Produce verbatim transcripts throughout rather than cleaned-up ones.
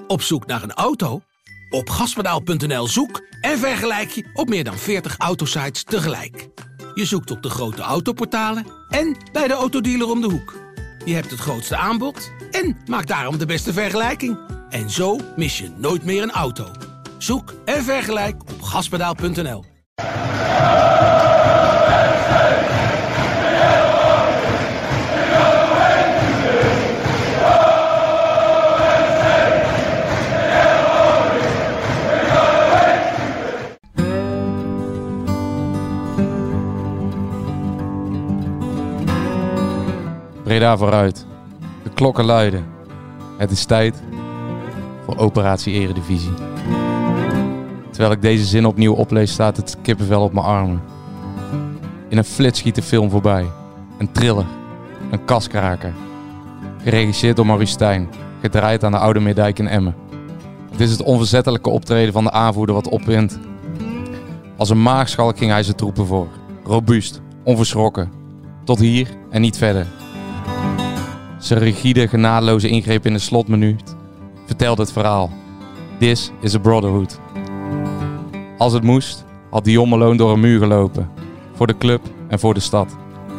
Op zoek naar een auto? Op gaspedaal punt n l zoek en vergelijk je op meer dan veertig autosites tegelijk. Je zoekt op de grote autoportalen en bij de autodealer om de hoek. Je hebt het grootste aanbod en maakt daarom de beste vergelijking. En zo mis je nooit meer een auto. Zoek en vergelijk op gaspedaal punt n l. Breda vooruit. De klokken luiden. Het is tijd voor Operatie Eredivisie. Terwijl ik deze zin opnieuw oplees, staat het kippenvel op mijn armen. In een flits schiet de film voorbij. Een thriller. Een kaskraker. Geregisseerd door Maurice Stijn. Gedraaid aan de Oude Meerdijk in Emmen. Het is het onverzettelijke optreden van de aanvoerder wat opwint. Als een maagschalk ging hij zijn troepen voor. Robuust. Onverschrokken. Tot hier en niet verder. Zijn rigide, genadeloze ingreep in de slotminuut vertelde het verhaal. This is a brotherhood. Als het moest, had Dion Malone door een muur gelopen. Voor de club en voor de stad.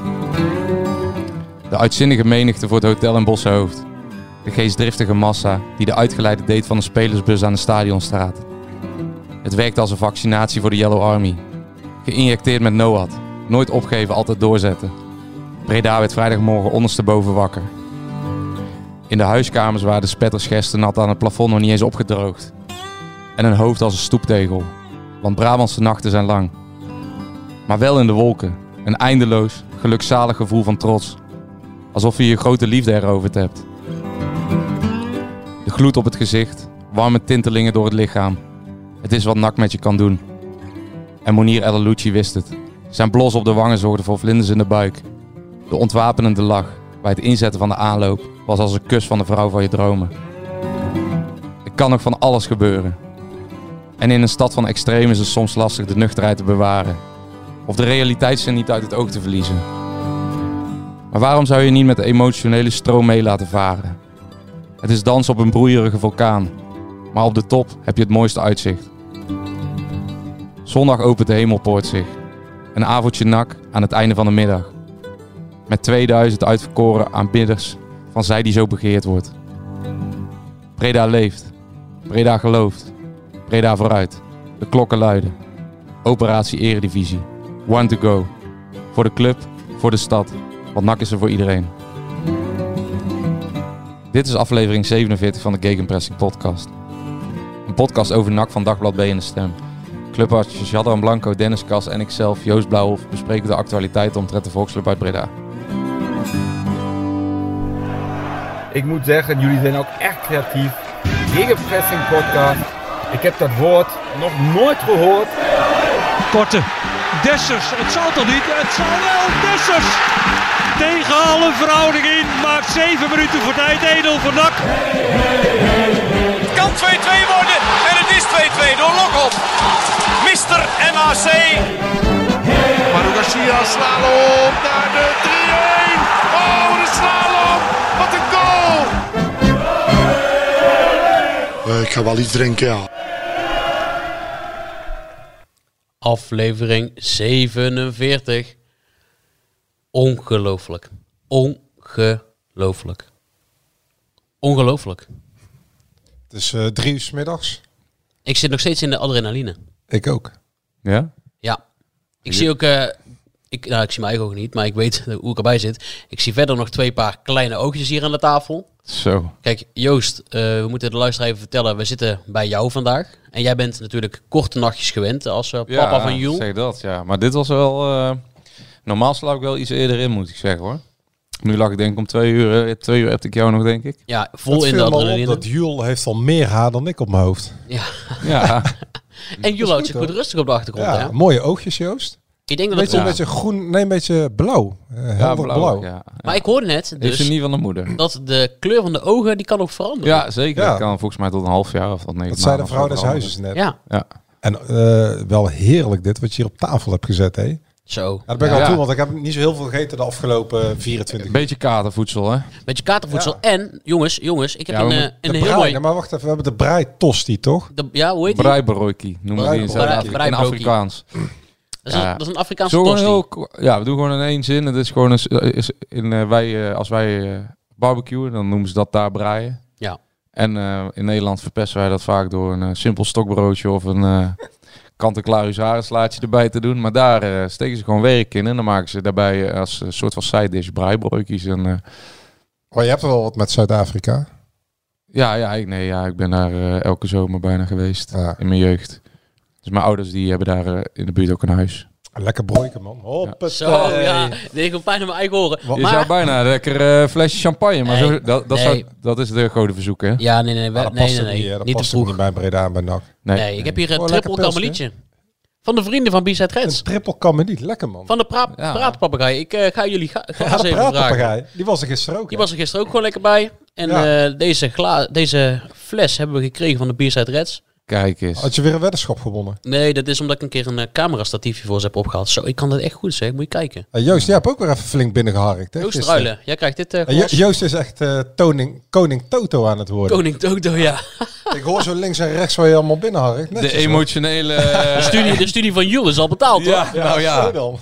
De uitzinnige menigte voor het hotel in Bossenhoofd. De geestdriftige massa die de uitgeleide deed van de spelersbus aan de Stadionstraat. Het werkte als een vaccinatie voor de Yellow Army. Geïnjecteerd met NOAD. Nooit opgeven, altijd doorzetten. Breda werd vrijdagmorgen ondersteboven wakker. In de huiskamers waren de spetters gerstenat aan het plafond nog niet eens opgedroogd. En een hoofd als een stoeptegel. Want Brabantse nachten zijn lang. Maar wel in de wolken. Een eindeloos, gelukzalig gevoel van trots. Alsof je je grote liefde heroverd hebt. De gloed op het gezicht. Warme tintelingen door het lichaam. Het is wat N A C met je kan doen. En Monir El Alouchi wist het. Zijn blos op de wangen zorgde voor vlinders in de buik. De ontwapenende lach bij het inzetten van de aanloop was als een kus van de vrouw van je dromen. Er kan nog van alles gebeuren. En in een stad van extreem is het soms lastig de nuchterheid te bewaren. Of de realiteitszin niet uit het oog te verliezen. Maar waarom zou je niet met de emotionele stroom mee laten varen? Het is dans op een broeierige vulkaan. Maar op de top heb je het mooiste uitzicht. Zondag opent de hemelpoort zich. Een avondje N A C aan het einde van de middag. Met tweeduizend uitverkoren aanbidders van zij die zo begeerd wordt. Breda leeft. Breda gelooft. Breda vooruit. De klokken luiden. Operatie Eredivisie. One to go. Voor de club, voor de stad. Want N A C is er voor iedereen. Dit is aflevering zevenenveertig van de Gegenpressing podcast. Een podcast over N A C van Dagblad B en de Stem. Clubarts Jadran Blanco, Dennis Kas en ikzelf, Joost Blauwhof, bespreken de actualiteit omtrent de Volksclub uit Breda. Ik moet zeggen, jullie zijn ook echt creatief. Gegenpressing podcast. Ik heb dat woord nog nooit gehoord. Korte. Dessers. Het zal toch niet? Het zal wel. Dessers. Tegen alle verhouding in. Maakt zeven minuten voor tijd. één nul voor N A C. Het kan twee-twee worden. En het is twee-twee door Lokop. mister M A C. Manu Garcia, slalom naar de drie-een. Oh, de slalom. Wat een goal. Uh, ik ga wel iets drinken, ja. Aflevering zevenenveertig. Ongelooflijk. Ongelooflijk. Ongelooflijk. Het is uh, drie uur 's middags. Ik zit nog steeds in de adrenaline. Ik ook. Ja? Ja. Ik zie ook... Uh, ik, nou, ik zie mijn eigen ogen niet, maar ik weet hoe ik erbij zit. Ik zie verder nog twee paar kleine oogjes hier aan de tafel. Zo. Kijk, Joost, uh, we moeten de luisteraar even vertellen. We zitten bij jou vandaag. En jij bent natuurlijk korte nachtjes gewend als uh, papa ja, van Jules. zeg dat, ja. Maar dit was wel... Uh, normaal slaap ik wel iets eerder in, moet ik zeggen, hoor. Nu lag ik denk ik om twee uur. Uh, twee uur heb ik jou nog, denk ik. Ja, vol dat in de adrenaline. Dat Jules heeft al meer haar dan ik op mijn hoofd. Ja. Ja. En Jules houdt zich goed rustig op de achtergrond, ja, hè? Mooie oogjes, Joost. Ik denk dat beetje, het... Een beetje groen, nee, een beetje blauw. Uh, helder Ja, blauw. blauw. Ja, ja. Maar ik hoorde net Dus, dus Heeft ze niet van de moeder. dat de kleur van de ogen, die kan ook veranderen. Ja, zeker. Ja. Dat kan volgens mij tot een half jaar of tot negen Dat zei maanden de vrouw of zo des huizes net. Ja. Ja. En uh, wel heerlijk dit wat je hier op tafel hebt gezet, hè? Zo. Ja, dat ben ik Ja. al toe, want ik heb niet zo heel veel gegeten de afgelopen vierentwintig Een beetje katervoedsel, hè? Beetje katervoedsel. Ja. En, jongens, jongens, ik heb Ja, een, we eh, moeten- een De heel brei, mooi... nee, maar wacht even, we hebben de brei tosti, toch? De, ja, hoe heet die? Breibrookie noemen we die in Brei- Zuid-Afrika. brei- In Afrikaans. Dat is, een, Ja. dat is een Afrikaanse Zo tosti. heel, ko- ja, we doen gewoon in één zin. Het is gewoon een, s- is in, eh, wij, eh, als wij uh, barbecuen, dan noemen ze dat daar breien. Ja. En uh, in Nederland verpesten wij dat vaak door een uh, simpel stokbroodje of een uh, kant-en-klaar huzarenslaatje erbij te doen. Maar daar uh, steken ze gewoon werk in en dan maken ze daarbij uh, als een soort van side dish breibrooikjes. En, uh, Oh, je hebt er wel wat met Zuid-Afrika. ja, ja, ik, nee, ja, ik ben daar uh, elke zomer bijna geweest Ja. in mijn jeugd. Dus mijn ouders die hebben daar uh, in de buurt ook een huis. Lekker broeken, man. Hoppatee. Zo, ja. Nee, ik heb pijn aan mijn eigen oren. Je Maar, zou bijna een lekker uh, flesje champagne, maar Nee, zo, dat, dat, nee. zou, dat is de grote verzoek, hè? ja, nee, nee, we- Maar dat nee, past nee, ook nee, niet, hè. Dat niet te past ook vroeg. niet bij Breda en bij N A C. Nee, ik heb hier een Oh, triple lekker karmelietje. Van de vrienden van B-Side Reds. Een triple kameliet, lekker man. Van de pra Ja. praatpapegaai. Ik uh, ga jullie ga, ga Ja, eens de even vragen. praatpapegaai. Die was er gisteren ook. Die hè? was er gisteren ook gewoon lekker bij. En Ja. eh, deze, gla deze fles hebben we gekregen van de B-Side Reds. Kijk eens. Had je weer een weddenschap gewonnen? Nee, dat is omdat ik een keer een uh, camerastatiefje voor ze heb opgehaald. Zo, ik kan dat echt goed zeggen. Moet je kijken. Uh, Joost, jij hebt ook weer even flink binnengeharkt. Hè, Joost gisteren. Ruilen, jij krijgt dit uh, Uh, Jo- Joost is echt uh, toning, koning Toto aan het worden. Koning Toto, ja. Ik hoor zo links en rechts waar je allemaal binnenharkt. De Netjes, hoor. emotionele... De studie, de studie van Jules is al betaald, hoor. ja, nou ja. zo dan.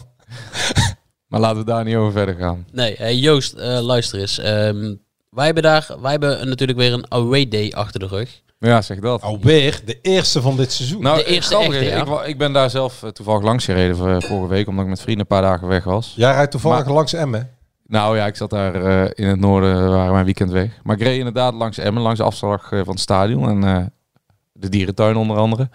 Maar laten we daar niet over verder gaan. Nee, hey, Joost, uh, luister eens. Um, wij hebben daar, wij hebben natuurlijk weer een away day achter de rug. Ja, zeg dat. Alweer de eerste van dit seizoen. Nou, de eerste grappig echte, is, ja. ik, wa- ik ben daar zelf uh, toevallig langs gereden voor, vorige week, omdat ik met vrienden een paar dagen weg was. Jij rijdt toevallig Maar- langs Emmen. Nou ja, ik zat daar uh, in het noorden, waren mijn weekend weg. Maar ik reed inderdaad langs Emmen, langs de afslag uh, van het stadion en uh, de dierentuin onder andere.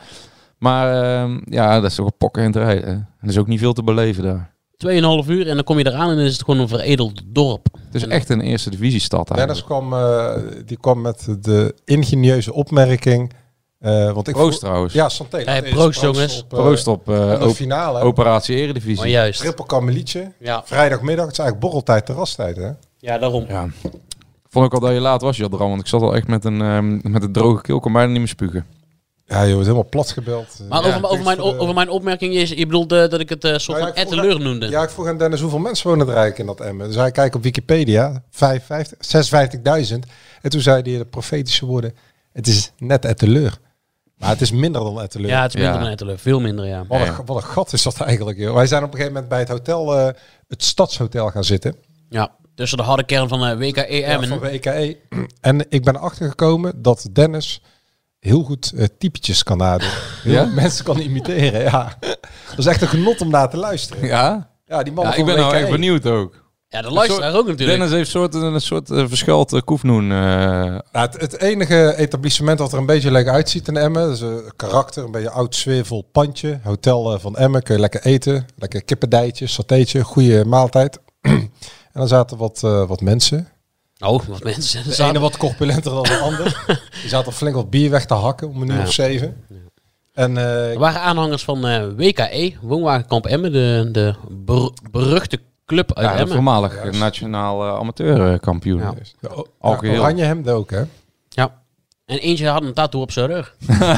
Maar uh, ja, dat is toch een pokken in te rijden. Hè? En er is ook niet veel te beleven daar. Tweeënhalf uur en dan kom je eraan en dan is het gewoon een veredeld dorp. Het is En- echt een eerste divisiestad Dennis eigenlijk. kwam, uh, die kwam met de ingenieuze opmerking. Uh, want ik Proost vroeg- trouwens. Ja, Santé. Hey, dat is proost, jongens. Op, uh, Proost op uh, op de op finale. operatie Eredivisie. Maar juist. Triple kamelietje. Ja, Vrijdagmiddag. Het is eigenlijk borreltijd, terrastijd, hè? ja, daarom. Ja. Ik vond ook al dat je laat was, Jadran, want ik zat al echt met een, um, met een droge keel, kon bijna niet meer spugen. Ja, je wordt helemaal plat gebeld. Maar Ja, over, over, mijn, voor de- over mijn opmerking is, je bedoelt uh, dat ik het uh, soort Nou ja, van ik vroeg etteleur noemde. Ja, ik vroeg aan Dennis hoeveel mensen wonen er eigenlijk in dat Emmen. Dus hij kijkt op Wikipedia, vijfenvijftig, zesenvijftigduizend. En toen zei hij de profetische woorden, het is net Etteleur. Maar het is minder dan Etteleur. Ja, het is minder Ja. dan etteleur. Veel minder, ja. Wat, een, Ja. wat een gat is dat eigenlijk, joh. Wij zijn op een gegeven moment bij het hotel, uh, het Stadshotel gaan zitten. Ja, tussen de harde kern van uh, W K E Ja, Emmen. van W K E. En ik ben erachter gekomen dat Dennis heel goed uh, typetjes kan nadoen. Heel Ja? goed mensen kan imiteren, ja. Dat is echt een genot om naar te luisteren. Ja? Ja, die man Ja, van ik ben W K E. nou echt benieuwd ook. Ja, de luisteraar ook natuurlijk. Dennis heeft soort, een soort uh, verschuild uh, koefnoen. Uh, Nou, het, het enige etablissement dat er een beetje leuk uitziet in Emmen, dus een karakter, een beetje oud sfeervol pandje, hotel uh, van Emmen, kun je lekker eten, lekker kippendijtje, satéetje, goede maaltijd. En dan zaten wat, uh, wat mensen. Oh, wat mensen. De ene wat corpulenter dan de ander. Die zaten flink wat bier weg te hakken om een uur Ja. of zeven. En uh, Er waren aanhangers van uh, W K E, Woonwagenkamp Emmen, de, de ber- beruchte club uit ja, de Emmen. voormalig uh, Juist. nationaal uh, amateurkampioen. Ja. de o- Algeheel. ja, oranje hemd ook, hè? Ja. En eentje had een tattoo op zijn rug.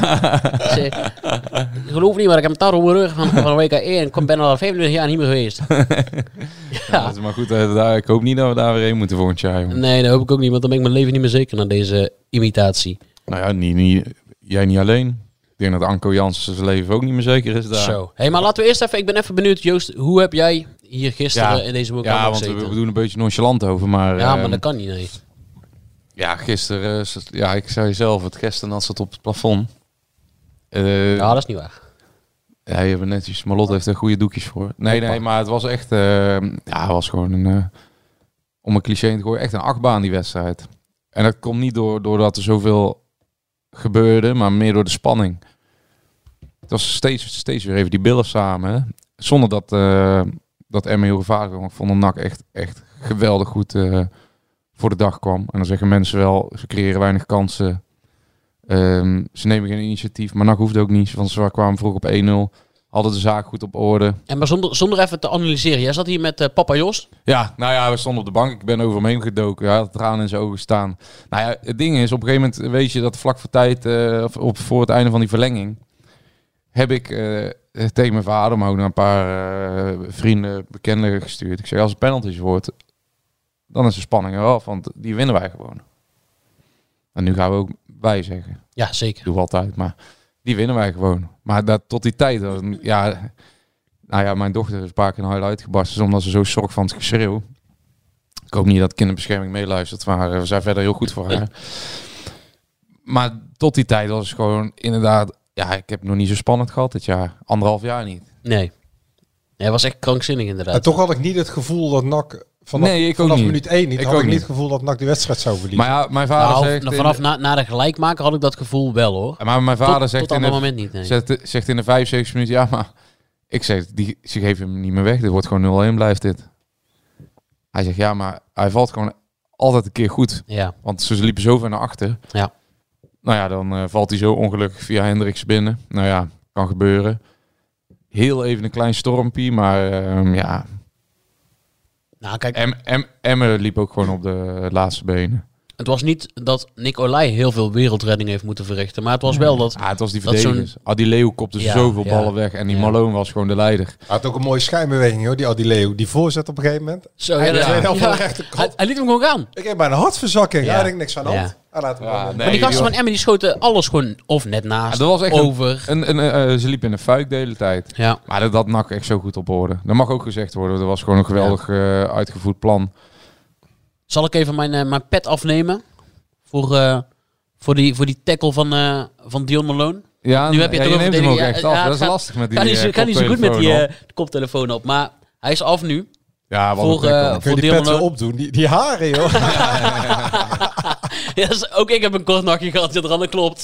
Ze, ik geloof niet, maar ik heb een tattoo op mijn rug van, van W K E en ik ben al vijfentwintig jaar niet meer geweest. Ja, Ja. dat is maar goed, uh, daar, ik hoop niet dat we daar weer heen moeten volgend jaar. Jongen. Nee, dat hoop ik ook niet, want dan ben ik mijn leven niet meer zeker na deze imitatie. Nou ja, niet, niet, jij niet alleen. Ik denk dat Anko Jansen zijn leven ook niet meer zeker is daar. Zo. Hey, maar laten we eerst even, ik ben even benieuwd, Joost, hoe heb jij hier gisteren Ja. in deze woonkamer Ja, want we, gezeten? we doen een beetje nonchalant over, maar... ja, uh, maar dat kan niet, nee. Ja, gisteren, uh, zat- ja, ik zei zelf, het gerstenat zat op het plafond. Uh, Ja, dat is niet waar. Ja, je hebt netjes. Marlot heeft er goede doekjes voor. Nee, nee, maar het was echt... Uh, ja, het was gewoon een... Uh, om een cliché te gooien, echt een achtbaan die wedstrijd. En dat komt niet door, doordat er zoveel gebeurde, maar meer door de spanning. Het was steeds, steeds weer even die billen samen. Hè? Zonder dat, uh, dat Emmen heel gevaarlijk was. Ik vond de N A C echt, echt geweldig goed uh, voor de dag kwam. En dan zeggen mensen wel, ze creëren weinig kansen. Um, ze nemen geen initiatief, maar N A C hoefde ook niet. Want ze kwamen vroeg op één nul. Hadden de zaak goed op orde. En maar zonder, zonder even te analyseren. Jij zat hier met uh, papa Jos. Ja, nou ja, we stonden op de bank. Ik ben over hem heen gedoken. Hij had tranen in zijn ogen staan. Nou ja, het ding is, op een gegeven moment weet je dat vlak voor tijd, uh, of op, voor het einde van die verlenging, heb ik uh, uh, tegen mijn vader, maar ook naar een paar uh, vrienden, bekenden gestuurd. Ik zeg, als het penalties wordt, dan is de spanning eraf, want die winnen wij gewoon. En nu gaan we ook wij zeggen. Ja, zeker. Doe altijd, maar die winnen wij gewoon. Maar dat, tot die tijd, dan, ja, nou ja, mijn dochter is een paar keer een huil uitgebarsten, omdat ze zo zorg van het geschreeuw. Ik hoop niet dat kinderbescherming meeluistert, maar we zijn verder heel goed voor haar. Maar tot die tijd was het gewoon inderdaad, ja, ik heb het nog niet zo spannend gehad dit jaar. Anderhalf jaar niet. Nee. Nee, het was echt krankzinnig inderdaad. En toch had ik niet het gevoel dat N A C vanaf, nee, ik vanaf ook minuut één niet, ik had ik niet niet het gevoel dat N A C de wedstrijd zou verliezen. Maar ja, mijn vader nou, zegt... nou, vanaf in, na, na de gelijkmaker had ik dat gevoel wel hoor. Maar mijn vader tot, zegt, tot in de, moment niet, nee. zegt, zegt in de vijfenzeventigste minuut, ja, maar ik zeg, die, ze geven hem niet meer weg. Dit wordt gewoon nul een, blijft dit. Hij zegt, ja, maar hij valt gewoon altijd een keer goed. Ja. Want ze liepen zo ver naar achter. Ja. Nou ja, dan uh, valt hij zo ongelukkig via Hendricks binnen. Nou ja, kan gebeuren. Heel even een klein stormpie, maar uh, ja... Nou, kijk, em, em, Emmer liep ook gewoon op de laatste benen. Het was niet dat Nick Olij heel veel wereldredding heeft moeten verrichten. Maar het was wel dat... Ja, het was die dat verdedigers. Adileu kopte ja, zoveel ja, ballen weg. En die ja. Malone was gewoon de leider. Hij had ook een mooie schijnbeweging, hoor, die Adileu. Die voorzet op een gegeven moment. Zo, hij ja, ja, ja, ja. ja. Hij, hij liet hem gewoon gaan. Ik heb bijna een hartverzakking. Ja. Ja. Hij denkt niks aan de hand. Ja. Hij laat hem Ja, gewoon- nee. Maar die gasten die van Emmen die schoten alles gewoon of net naast, Ja, dat was echt over. Een, een, een, uh, ze liepen in een fuik de hele tijd. Ja. Maar dat, dat N A C echt zo goed op orde. Dat mag ook gezegd worden. Dat was gewoon een geweldig uh, uitgevoerd plan. Zal ik even mijn, uh, mijn pet afnemen? Voor, uh, voor, die, voor die tackle van, uh, van Dion Malone. Ja, Nu heb je ja, het je over neemt hem ook verdediging. echt Ja, af. ja, Dat het is gaat- lastig met die Kan niet, zo- uh, kan niet zo goed met die koptelefoon uh, koptelefoon op. Maar hij is af nu. Ja, wat voor, een tackle. uh, Kun voor je die Dion pet zo Malone. opdoen? Die, die haren, joh. Ja, dus ook ik heb een kort nachtje gehad. Dat er aan klopt.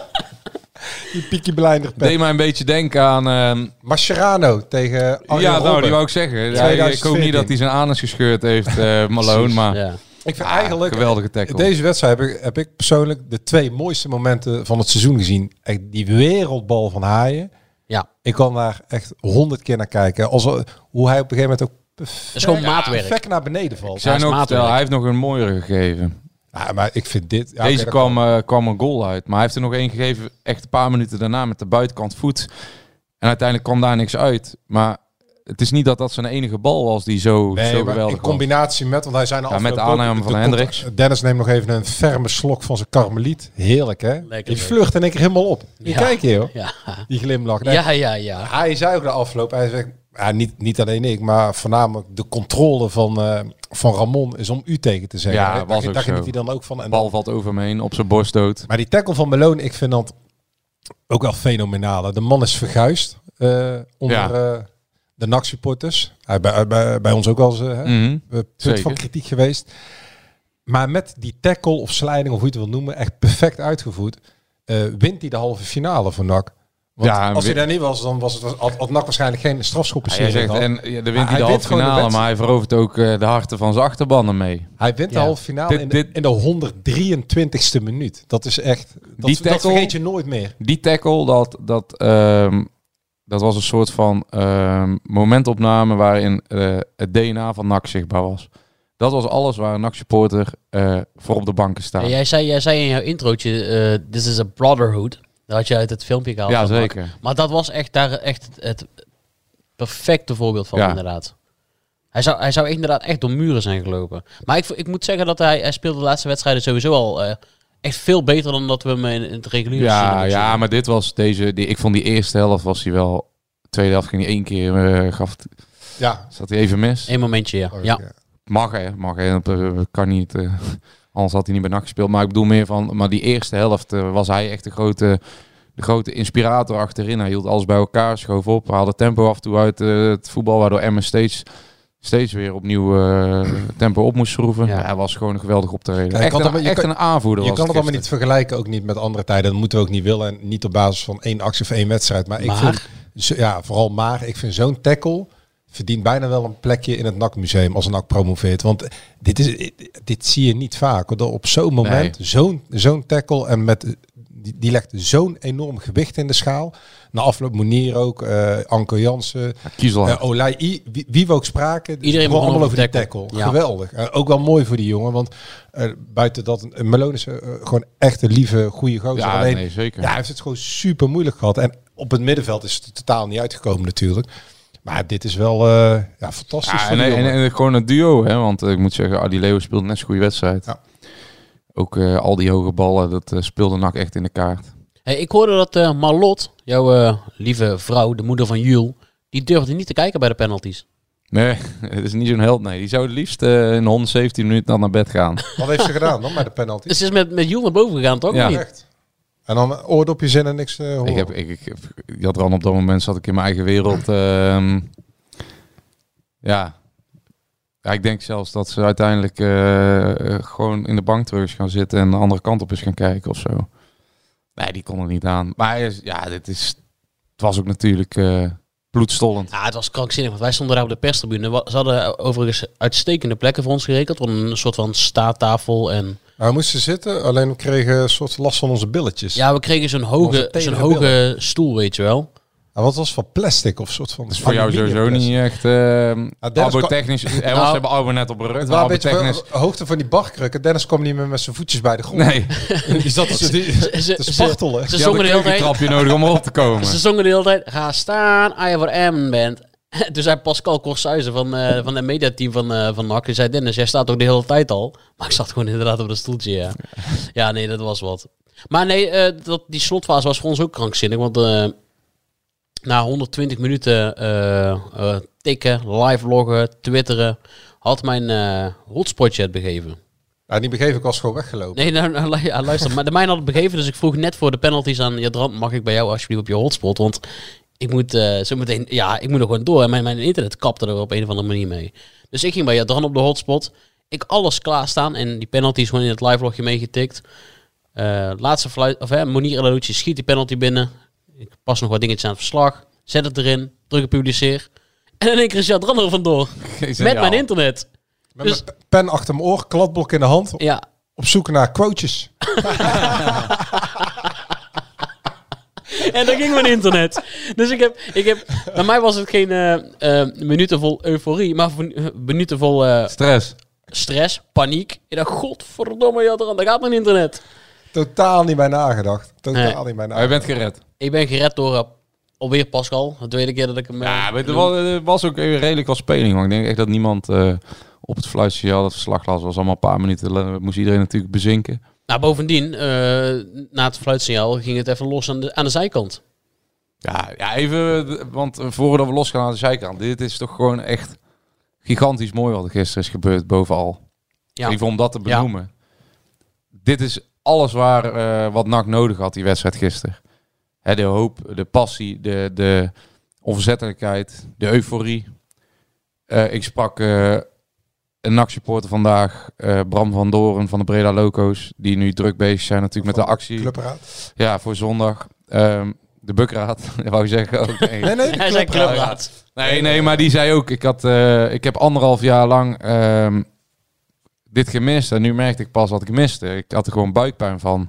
Die Peaky Blinder pet. Deed mij een beetje denken aan... Uh, Mascherano tegen Arjen ja, nou, Robben. die wou ik zeggen. Ja, ik tweeduizend hoop niet veertien. dat hij zijn anus gescheurd heeft, uh, Malone. Maar Ja. Ik vind ah, eigenlijk... geweldige tackle. Deze wedstrijd heb ik, heb ik persoonlijk de twee mooiste momenten van het seizoen gezien. Echt die wereldbal van Haaien. Ja. Ik kan daar echt honderd keer naar kijken. Als, er- hoe hij op een gegeven moment ook perfect, is gewoon maatwerk. perfect naar beneden valt. Ik zei Ja, is ook, maatwerk. vertel, hij heeft nog een mooiere gegeven. Ja, maar ik vind dit... Ja, Deze oké, dat kwam, kan. uh, kwam een goal uit. Maar hij heeft er nog één gegeven, echt een paar minuten daarna met de buitenkant voet. En uiteindelijk kwam daar niks uit. Maar het is niet dat dat zijn enige bal was die zo, Nee, zo maar geweldig in combinatie met, want hij zijn Ja, met de aanname van Hendricks. Dennis neemt nog even een ferme slok van zijn karmeliet. Heerlijk, hè? Lekker, die leuk. vlucht in één keer helemaal op. Die Ja. kijk je, hoor. Ja. Die glimlach. Nee, Ja, ja, ja. Hij zei ook de afloop, hij zegt, ja, niet, niet alleen ik, maar voornamelijk de controle van, uh, van Ramon is om u tegen te zeggen. Ja, Hè? was daar ook daar zo. geniet hij dan ook van. En De bal valt over me heen, op zijn borst dood. maar die tackle van Malone, ik vind dat ook wel fenomenaal. De man is verguisd uh, onder Ja. uh, de N A C-supporters. Hij bij, bij, bij ons ook wel eens uh, Mm-hmm. uh, punt Zeker. van kritiek geweest. Maar met die tackle of sliding, of hoe je het wil noemen, echt perfect uitgevoerd, uh, wint hij de halve finale van N A C. Want Ja, als hij win- daar niet was, dan was het, had, had N A C waarschijnlijk geen Ja, strafschoppenserie jij zegt, gehad. en ja, dan wint Maar hij hij de wint halve gewoon de finale, wedstrijd. maar hij verovert ook uh, de harten van zijn achterbannen mee. Hij wint Ja. de halve finale Dit- in, de, dit- in de honderddrieëntwintigste minuut. Dat is echt... Dat, Die dat tackle- vergeet je nooit meer. Die tackle, dat, dat, ehm, dat was een soort van ehm, momentopname waarin uh, het D N A van N A C zichtbaar was. Dat was alles waar een N A C-supporter uh, voor op de banken staat. Ja, jij, zei, jij zei in jouw introotje, uh, this is a brotherhood. Dat had je uit het filmpje gehaald. Ja, van Mark. zeker. Maar dat was echt daar echt het, het perfecte voorbeeld van, Ja. inderdaad. Hij zou, hij zou inderdaad echt door muren zijn gelopen. Maar ik, ik moet zeggen dat hij, hij speelde de laatste wedstrijden sowieso al uh, echt veel beter dan dat we hem in, in het reguliere seizoen Ja, hebben ja, gezien. maar dit was deze. Die, ik vond die eerste helft was hij wel. De tweede helft ging hij één keer. Uh, gaf het, Ja. zat hij even mis. Eén momentje, ja. ja. Mag hè, mag hè. Dat uh, kan niet. Uh, anders had hij niet bij N A C gespeeld. Maar ik bedoel meer van. Maar die eerste helft uh, was hij echt de grote. De grote inspirator achterin. Hij hield alles bij elkaar, schoof op, haalde tempo af en toe uit uh, het voetbal, waardoor Emmen steeds, steeds weer opnieuw uh, tempo op moest schroeven. Ja. Ja, hij was gewoon geweldig op te reden. Ja, je Echt, kan een, dat- je echt kan- een aanvoerder Je was kan het allemaal gisteren. niet vergelijken, ook niet met andere tijden. Dat moeten we ook niet willen. En niet op basis van één actie of één wedstrijd. Maar, ik Maar? vind, zo- ja, vooral maar, ik vind zo'n tackle verdient bijna wel een plekje in het N A C-museum als een N A C promoveert. Want dit, is, dit zie je niet vaak. hoor. Dat op zo'n moment, Nee. zo'n zo'n tackle en met... Die, die legt zo'n enorm gewicht in de schaal. Na afloop Monier ook, uh, Anko Jansen, Ja, Kiezel. uh, Olij, I- wie, wie we ook spraken. Dus Iedereen gewoon begon allemaal over over die de tackle. tackle. Ja. Geweldig. Uh, ook wel mooi voor die jongen. Want uh, buiten dat, uh, Malone is uh, gewoon echt een lieve, goede gozer. Ja, Alleen, nee, zeker. ja, hij heeft het gewoon super moeilijk gehad. En op het middenveld is het totaal niet uitgekomen natuurlijk. Maar dit is wel uh, ja, fantastisch. Ja, en, en, en, en gewoon een duo, hè? Want uh, ik moet zeggen, Adi Leeuwen speelt net zo'n goede wedstrijd. Ja. Ook uh, al die hoge ballen, dat uh, speelde N A C echt in de kaart. Hey, ik hoorde dat uh, Marlot, jouw uh, lieve vrouw, de moeder van Jules, die durfde niet te kijken bij de penalties. Nee, het is niet zo'n held. Nee, die zou het liefst uh, in honderdzeventien minuten dan naar bed gaan. Wat heeft ze gedaan dan bij de penalties? Ze is met, met Jules naar boven gegaan, toch? Ja, echt. En dan oordopjes in en niks uh, horen. Ik heb, ik, ik, ik, ik had er al op dat moment zat ik in mijn eigen wereld. Uh, ja. ja, ik denk zelfs dat ze uiteindelijk uh, gewoon in de bank terug is gaan zitten en de andere kant op is gaan kijken of zo. Nee, die kon er niet aan. Maar ja, dit is, het was ook natuurlijk uh, bloedstollend. Ja, het was krankzinnig, want wij stonden daar op de perstribune. Ze hadden overigens uitstekende plekken voor ons gerekend. Want een soort van staattafel en... Nou, we moesten zitten, alleen we kregen een soort last van onze billetjes. Ja, we kregen zo'n hoge, zo'n hoge stoel, weet je wel. Ja, wat was van plastic of soort van... Dat is voor jou sowieso niet echt uh, ja, arbotechnisch. En nou, ze hebben Arbo net op de rug. Het was een beetje de hoogte van die barkrukken. Dennis kwam niet meer met zijn voetjes bij de grond. Nee. Die zat ze, die, ze, ze, te spartelen. Ze, ze zongen de hele tijd... trapje nodig om op te komen. Ze zongen de hele tijd... Ga staan, als je voor Emmen bent. Toen zei Pascal Korsuizen van, uh, van het mediateam van, uh, van N A C. Die zei, Dennis, jij staat ook de hele tijd al. Maar ik zat gewoon inderdaad op dat stoeltje, ja. Ja, nee, dat was wat. Maar nee, uh, dat, die slotfase was voor ons ook krankzinnig. Want uh, na honderdtwintig minuten uh, uh, tikken, live loggen, twitteren... had mijn uh, hotspotje het begeven. Ja, niet begeven, ik was gewoon weggelopen. Nee, nou, nou, ja, luister. Maar de mijne had het begeven, dus ik vroeg net voor de penalties aan... Jadran, mag ik bij jou alsjeblieft op je hotspot? Want... Ik moet uh, zo meteen, ja, ik moet er gewoon door. En mijn, mijn internet kapte er op een of andere manier mee. Dus ik ging bij Jadran op de hotspot. Ik alles klaarstaan en die penalties gewoon in het live logje meegetikt. Uh, laatste fluit, of hè, Monier Elalouci schiet die penalty binnen. Ik pas nog wat dingetjes aan het verslag. Zet het erin, druk op publiceer. En in één keer is Jadran er vandoor. Met mijn internet. Met dus, mijn pen achter mijn oor, kladblok in de hand. Op, ja. op zoek naar quotejes. En dan ging mijn internet. Dus ik heb, ik heb, bij mij was het geen uh, uh, minuten vol euforie, maar uh, minuten vol uh, stress. Stress, paniek. Ik dacht, godverdomme, Jadran, daar gaat mijn internet. Totaal niet bij nagedacht. Totaal nee. niet bij nagedacht. Maar je bent gered. Ik ben gered door uh, alweer Pascal. De tweede keer dat ik hem... Uh, ja, maar het was, het was ook redelijk wel speling. Want ik denk echt dat niemand uh, op het fluitje had. Het verslag las was allemaal een paar minuten. Moest iedereen natuurlijk bezinken. Nou, bovendien, uh, na het fluitsignaal ging het even los aan de, aan de zijkant. Ja, ja, even, want voordat we losgaan aan de zijkant. Dit is toch gewoon echt gigantisch mooi wat er gisteren is gebeurd, bovenal. Ja. Even om dat te benoemen. Ja. Dit is alles waar uh, wat N A C nodig had, die wedstrijd gisteren. Hè, de hoop, de passie, de, de onverzettelijkheid, de euforie. Uh, ik sprak... Uh, een N A C-supporter vandaag, uh, Bram van Doren van de Breda Loco's, die nu druk bezig zijn natuurlijk van met de actie. Clubraad. Ja, voor zondag. Um, de Bukraad, wou je zeggen ook. Nee, nee, nee hij zei Clubraad. Nee, nee, maar die zei ook, ik, had, uh, ik heb anderhalf jaar lang um, dit gemist en nu merkte ik pas wat ik miste. Ik had er gewoon buikpijn van.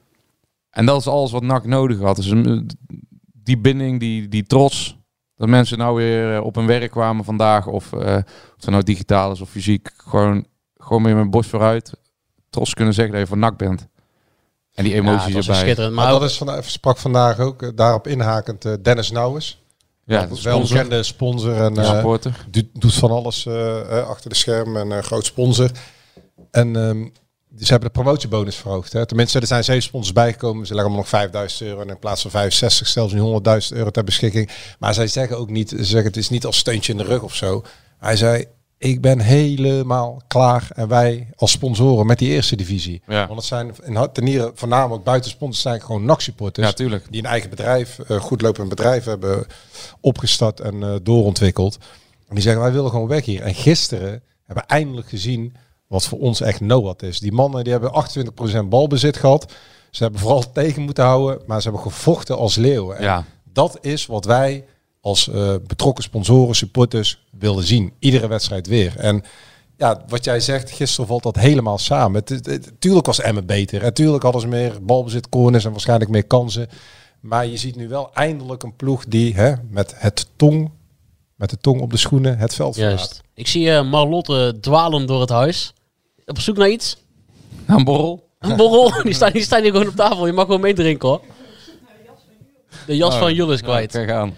En dat is alles wat N A C nodig had. Dus die binding, die, die trots... Dat mensen nou weer op hun werk kwamen vandaag. Of, uh, of het nou digitaal is of fysiek. Gewoon, gewoon weer met borst vooruit. Trots kunnen zeggen dat je van N A C bent. En die emoties ja, erbij. Maar, maar dat is van, sprak vandaag ook. Uh, daarop inhakend uh, Dennis Nouwens. Ja, dat is wel een bekende sponsor. En uh, supporter. Doet, doet van alles uh, uh, achter de schermen. En uh, groot sponsor. En... Um, ze hebben de promotiebonus verhoogd. Hè. Tenminste, er zijn zeven sponsors bijgekomen. Ze leggen allemaal nog vijfduizend euro. En in plaats van vijfenzestig zelfs nu honderdduizend euro ter beschikking. Maar zij zeggen ook niet, ze zeggen het is niet als steuntje in de rug of zo. Hij zei, ik ben helemaal klaar. En wij als sponsoren met die eerste divisie. Ja. Want het zijn in ten nieren voornamelijk buitensponsors zijn gewoon N A C-supporters. Ja, tuurlijk. Die een eigen bedrijf, uh, goed lopend bedrijf hebben opgestart en uh, doorontwikkeld. En die zeggen, wij willen gewoon weg hier. En gisteren hebben we eindelijk gezien... wat voor ons echt no-what is. Die mannen die hebben achtentwintig procent balbezit gehad. Ze hebben vooral tegen moeten houden. Maar ze hebben gevochten als leeuwen. En ja. dat is wat wij als uh, betrokken sponsoren, supporters wilden zien. Iedere wedstrijd weer. En ja, wat jij zegt, gisteren valt dat helemaal samen. Het, het, het, tuurlijk was Emmen beter. En tuurlijk hadden ze meer balbezit, corners en waarschijnlijk meer kansen. Maar je ziet nu wel eindelijk een ploeg die hè, met het tong... met de tong op de schoenen het veld verlaat. Ik zie uh, Marlotte dwalen door het huis. Op zoek naar iets? Een borrel? Een borrel? Die staan die staan hier gewoon op tafel. Je mag gewoon meedrinken hoor. de jas Oh, van Jules kwijt. Ja, kijk aan.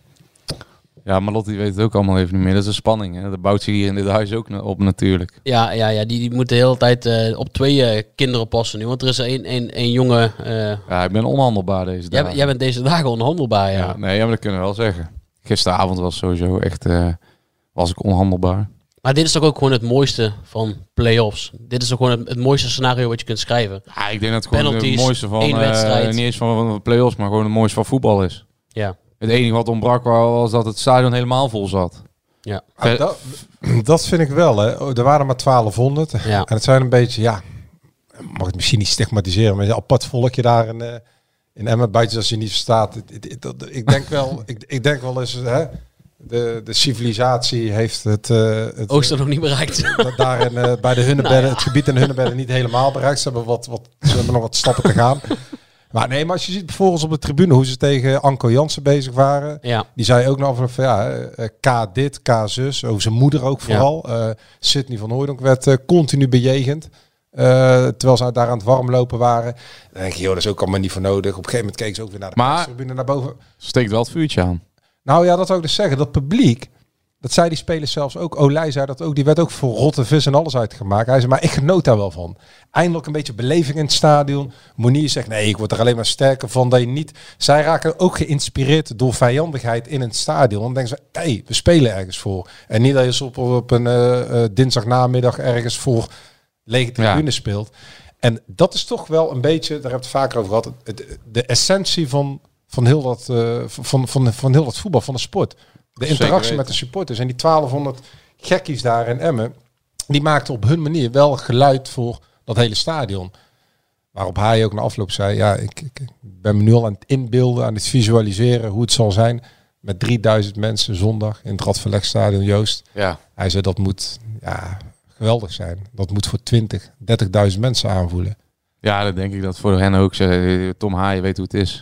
Ja, maar Lotte weet het ook allemaal even niet meer. Dat is een spanning. Hè? Dat bouwt zich hier in dit huis ook na- op natuurlijk. Ja, ja, ja die, die moet de hele tijd uh, op twee uh, kinderen passen nu. Want er is één één één jongen... Uh, ja, ik ben onhandelbaar deze dagen. Jij, jij bent deze dagen onhandelbaar, ja. ja. Nee, ja, maar dat kunnen we wel zeggen. Gisteravond was sowieso echt... Uh, was ik onhandelbaar. Maar dit is toch ook gewoon het mooiste van play-offs? Dit is toch gewoon het, het mooiste scenario wat je kunt schrijven? Ja, ik denk dat het gewoon Penalties, het mooiste van... één wedstrijd. Uh, niet eens van, van de play-offs, maar gewoon het mooiste van voetbal is. Ja. Het enige wat ontbrak was dat het stadion helemaal vol zat. Ja. Ah, dat, dat vind ik wel, hè. Er waren maar twaalfhonderd. Ja. En het zijn een beetje, ja... mag het misschien niet stigmatiseren, maar een apart volkje daar in, uh, in Emmen. Buiten als je niet verstaat. Ik, ik, ik denk wel, ik, ik denk wel eens... Hè, de, de civilisatie heeft het... Uh, het Oosten nog niet bereikt. Uh, daar in, uh, bij de Hunnebedden, nou ja. Het gebied in de Hunnebedden niet helemaal bereikt. Ze hebben, wat, wat, ze hebben nog wat stappen te gaan. Maar nee, maar als je ziet bijvoorbeeld op de tribune hoe ze tegen Anko Jansen bezig waren. Ja. Die zei ook nog van ja, K dit, K zus. Over zijn moeder ook vooral. Ja. Uh, Sidney van Hooijdonk werd uh, continu bejegend. Uh, terwijl ze daar aan het warmlopen waren. Dan denk je, joh, dat is ook allemaal niet voor nodig. Op een gegeven moment keek ze ook weer naar de maar tribune naar boven. Steekt wel het vuurtje aan. Nou ja, dat zou ik dus zeggen. Dat publiek, dat zei die spelers zelfs ook. Olij zei dat ook. Die werd ook voor rotte vis en alles uitgemaakt. Hij zei, maar ik genoot daar wel van. Eindelijk een beetje beleving in het stadion. Monier zegt, nee, ik word er alleen maar sterker van dat je niet... Zij raken ook geïnspireerd door vijandigheid in het stadion. Dan denken ze, hé, hey, we spelen ergens voor. En niet dat je op, op een uh, uh, dinsdagnamiddag ergens voor lege tribune ja. speelt. En dat is toch wel een beetje, daar heb ik het vaker over gehad, het, de essentie van, van, heel dat, uh, van, van, van heel dat voetbal, van de sport. De interactie met de supporters. En die twaalfhonderd gekkies daar in Emmen, die maakten op hun manier wel geluid voor dat hele stadion. Waarop hij ook na afloop zei, ja, ik, ik ben me nu al aan het inbeelden, aan het visualiseren hoe het zal zijn met drieduizend mensen zondag in het Radverlegstadion, Joost. Ja. Hij zei, dat moet ja, geweldig zijn. Dat moet voor twintig, dertigduizend mensen aanvoelen. Ja, dat denk ik dat voor hen ook. Tom Haaien weet hoe het is.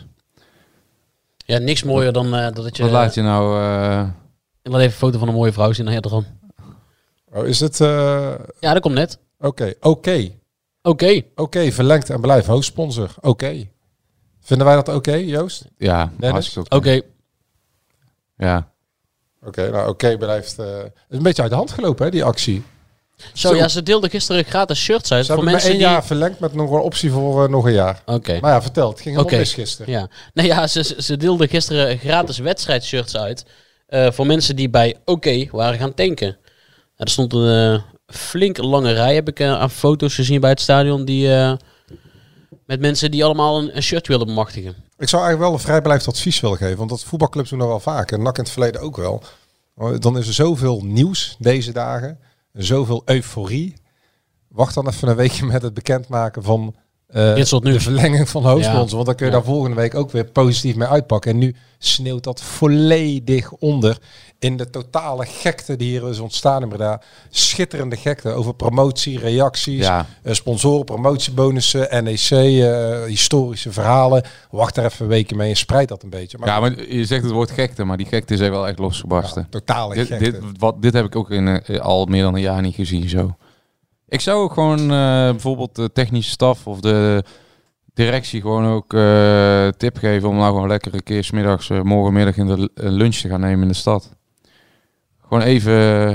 Ja, niks mooier dan uh, dat je... Wat laat je nou... Uh... Ik laat even een foto van een mooie vrouw zien. Nou, ja, erom. Oh, is het... Uh... Ja, dat komt net. Oké, okay. oké. Okay. Oké. Okay. Oké, okay, verlengd en blijf hoofdsponsor. Oké. Okay. Vinden wij dat oké, okay, Joost? Ja, hartstikke oké. Okay. Oké, Ja. okay, nou oké okay, blijft... Uh... Het is een beetje uit de hand gelopen, hè, die actie. Zo, Zo, ja, ze deelden gisteren gratis shirts uit. Ze voor hebben mensen één die... jaar verlengd met nog een optie voor uh, nog een jaar. Oké. Okay. Maar ja, vertel, het ging helemaal okay. mis gisteren. Ja. Nee, ja, ze, ze deelden gisteren gratis wedstrijdshirts uit. Uh, voor mensen die bij Oké okay waren gaan tanken. Nou, er stond een uh, flink lange rij, heb ik uh, aan foto's gezien bij het stadion. Die, uh, met mensen die allemaal een, een shirt wilden bemachtigen. Ik zou eigenlijk wel een vrijblijvend advies willen geven. Want dat voetbalclubs doen dat wel vaak. En N A C in het verleden ook wel. Dan is er zoveel nieuws deze dagen. Zoveel euforie. Wacht dan even een weekje met het bekendmaken van uh, de verlenging van hoofdsponsor. Ja. Want dan kun je ja. daar volgende week ook weer positief mee uitpakken. En nu sneeuwt dat volledig onder in de totale gekte die hier is ontstaan in Breda. Schitterende gekte over promotie, reacties, ja. uh, sponsoren, promotiebonussen, N E C, uh, historische verhalen. Wacht er even een weekje mee en spreid dat een beetje. Maar ja, maar je zegt het woord gekte, maar die gekte is er wel echt losgebarsten. Ja, totale dit, gekte. Dit, wat, dit heb ik ook in, uh, al meer dan een jaar niet gezien zo. Ik zou ook gewoon uh, bijvoorbeeld de technische staf of de directie gewoon ook uh, tip geven om nou gewoon lekker een keer 's middags, uh, morgenmiddag in de uh, lunch te gaan nemen in de stad. Gewoon even,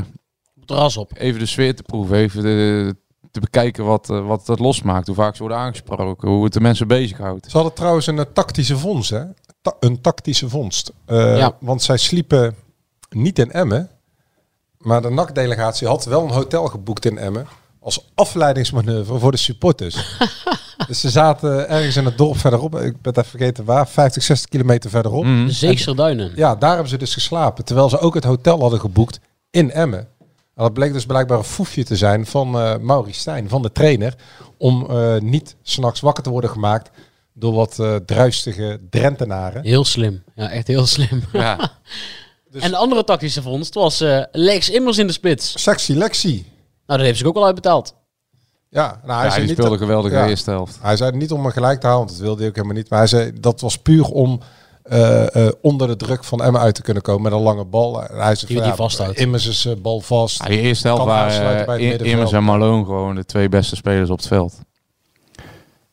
het ras op. Even de sfeer te proeven, even de, te bekijken wat, uh, wat het losmaakt, hoe vaak ze worden aangesproken, hoe het de mensen bezighoudt. Ze hadden trouwens een uh, tactische vondst, hè? Ta- een tactische vondst. Uh, ja. Want zij sliepen niet in Emmen, maar de N A C-delegatie had wel een hotel geboekt in Emmen. Als afleidingsmanoeuvre voor de supporters. Dus ze zaten ergens in het dorp verderop. Ik ben het even vergeten waar. vijftig, zestig kilometer verderop. Mm. De Zeegserduinen. Ja, daar hebben ze dus geslapen. Terwijl ze ook het hotel hadden geboekt in Emmen. En dat bleek dus blijkbaar een foefje te zijn van uh, Maurice Stijn, van de trainer. Om uh, niet 's nachts wakker te worden gemaakt door wat uh, druistige Drentenaren. Heel slim. Ja, echt heel slim. Ja. Dus en de andere tactische vondst was uh, Lex Immers in de spits. Sexy Lexi. Nou, dat heeft zich ook wel uitbetaald. Ja, nou, hij, ja, hij niet speelde geweldig in ja, de eerste helft. Hij zei niet om me gelijk te houden, want dat wilde hij ook helemaal niet. Maar hij zei dat was puur om uh, uh, onder de druk van Emmen uit te kunnen komen met een lange bal. Hij zei, die ja, die vasthoudt. Immers is uh, bal vast. Ja, de eerste helft waren uh, Immers en Malone gewoon de twee beste spelers op het veld.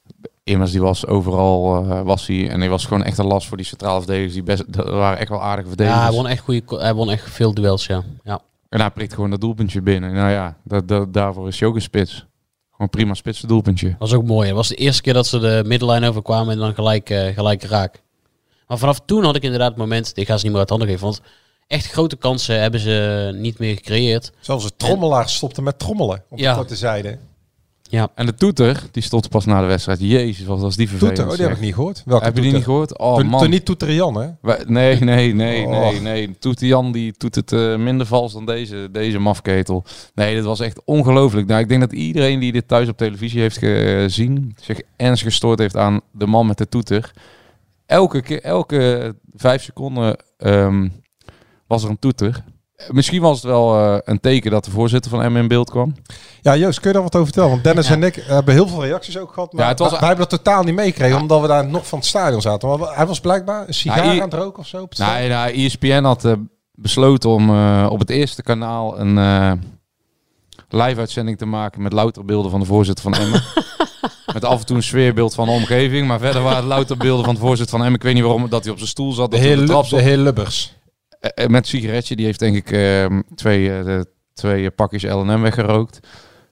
Immers die was overal, uh, was hij. En hij was gewoon echt een last voor die centrale verdedigers. Die best, dat waren echt wel aardige verdedigers. Ja, hij won echt, goeie, hij won echt veel duels, ja. ja. En hij prikt gewoon dat doelpuntje binnen. Nou ja, dat, dat, daarvoor is hij ook een spits. Gewoon prima spitse doelpuntje. Dat was ook mooi. Het was de eerste keer dat ze de middenlijn overkwamen en dan gelijk, uh, gelijk raak. Maar vanaf toen had ik inderdaad het moment, ik ga ze niet meer uit handen geven, want echt grote kansen hebben ze niet meer gecreëerd. Zelfs de trommelaar stopte met trommelen op Ja. de korte zijde. Ja. En de toeter, die stond pas na de wedstrijd. Jezus, wat was die vervelend. Toeter, oh, die heb ik niet gehoord. Welke heb je die niet gehoord? Oh toen, man. toen niet Toeter Jan, hè? Wij, nee, nee, nee, Oh. nee, nee. Toeter Jan die doet het uh, minder vals dan deze, deze mafketel. Nee, dit was echt ongelooflijk. Nou, ik denk dat iedereen die dit thuis op televisie heeft gezien zich ernstig gestoord heeft aan de man met de toeter. Elke keer, elke vijf seconden um, was er een toeter. Misschien was het wel uh, een teken dat de voorzitter van Emmen in beeld kwam. Ja, Joost, kun je daar wat over vertellen? Want Dennis Ja. en ik hebben heel veel reacties ook gehad. Maar Ja, het was- wij, wij hebben dat totaal niet meegekregen, omdat we daar nog van het stadion zaten. Maar hij was blijkbaar een sigaar Ja, I- aan het roken of zo. Op het Nou, nou, E S P N had uh, besloten om uh, op het eerste kanaal een uh, live-uitzending te maken met louter beelden van de voorzitter van Emmen. Met af en toe een sfeerbeeld van de omgeving. Maar verder waren het louter beelden van de voorzitter van Emmen. Ik weet niet waarom, dat hij op zijn stoel zat. de Dat hij heer, op de Lu- trap de zat. heer Lubbers. Uh, met een sigaretje. Die heeft denk ik uh, twee, uh, de, twee uh, pakjes L en M weggerookt.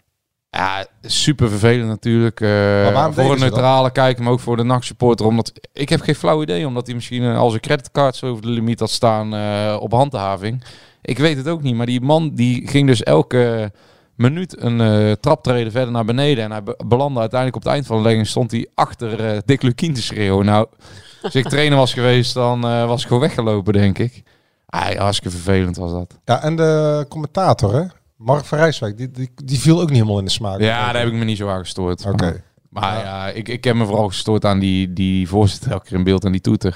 Ja, super vervelend natuurlijk. Uh, waarom voor deden een ze dat? neutrale kijker, maar ook voor de N A C-supporter. Omdat ik heb geen flauw idee. Omdat hij misschien uh, al zijn creditcards over de limiet had staan uh, op handhaving. Ik weet het ook niet. Maar die man die ging dus elke minuut een uh, traptreden verder naar beneden. En hij be- belandde uiteindelijk op het eind van de legging. Stond hij achter uh, Dick Lukien te schreeuwen. Nou, als ik trainer was geweest, dan uh, was ik gewoon weggelopen, denk ik. Ah, ja, hartstikke vervelend was dat. Ja, en de commentator, hè? Mark van Rijswijk, die, die, die viel ook niet helemaal in de smaak. Ja, daar heb ik me niet zo aan gestoord. Oké. Maar, maar ja, ja ik, ik heb me vooral gestoord aan die, die voorzitter elke keer in beeld en die toeter.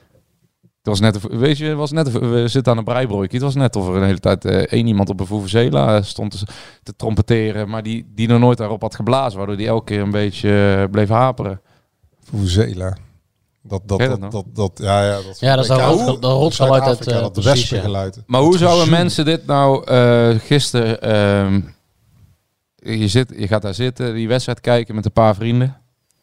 Het was net, of, weet je, het was net of, we zitten aan een breibroodje. Het was net of er een hele tijd uh, één iemand op een vuvuzela stond te, te trompeteren, maar die, die nog nooit daarop had geblazen, waardoor die elke keer een beetje uh, bleef haperen. Vuvuzela. Dat, dat, Ken je dat dat, nog? dat, dat, ja, ja, dat, Ja, dat is dat Ja, rot- hoe- dat rotgeluid uit, Zuid-Afrika, uh, dat de precies, wespengeluid. Maar hoe Dat zouden gezoem. mensen dit nou uh, gisteren... Um, je, zit, je gaat daar zitten, die wedstrijd kijken met een paar vrienden.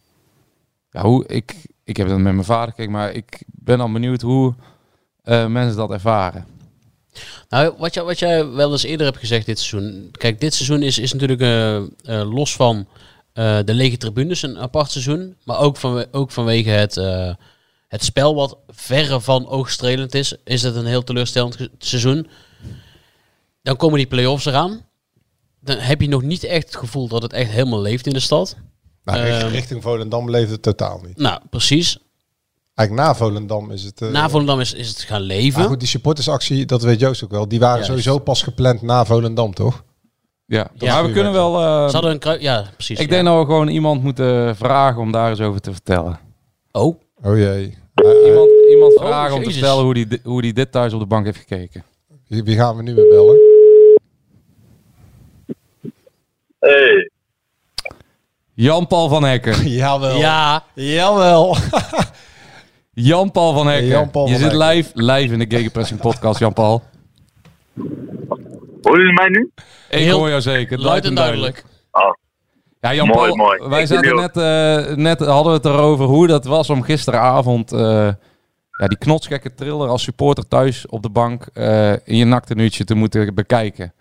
Ja, hoe, ik, ik heb dat met mijn vader gekeken, maar ik ben al benieuwd hoe uh, mensen dat ervaren. Nou, wat, jij, wat jij wel eens eerder hebt gezegd dit seizoen. Kijk, dit seizoen is, is natuurlijk uh, uh, los van uh, de lege tribunes een apart seizoen. Maar ook, van, ook vanwege het, uh, het spel wat verre van oogstrelend is. Is het een heel teleurstellend ge- seizoen. Dan komen die play-offs eraan. Dan heb je nog niet echt het gevoel dat het echt helemaal leeft in de stad. Nou, richt- Ehm, richting Volendam leeft het totaal niet. Nou, precies. Eigenlijk na Volendam is het... Uh, Na Volendam is, is het gaan leven. maar goed, die supportersactie, dat weet Joost ook wel. Die waren Ja, sowieso dus- pas gepland na Volendam, toch? Ja, Ja. maar we kunnen wel... Uh, Ze hadden een krui- ja, precies. ik ja. denk dat we gewoon iemand moeten vragen om daar eens over te vertellen. Oh, Oh jee. Iemand, iemand Oh, vragen om te Jezus. vertellen hoe die, di- hoe die dit thuis op de bank heeft gekeken. Wie, wie gaan we nu weer bellen? Hey, Jan-Paul van Hekken. Jawel. ja. Jawel. Jan-Paul van Hekken. Jan-Paul je van zit Hekken. live, live in de Gegenpressing podcast, Jan-Paul. horen jullie mij nu? Ik Heel hoor jou zeker. Luid en duidelijk. Oh, Ja, Jan-Paul, Mooi, mooi. wij Ik zaten jullie net, uh, net, hadden we het erover hoe dat was om gisteravond uh, ja, die knotsgekke thriller als supporter thuis op de bank uh, in je naktenuurtje te moeten bekijken.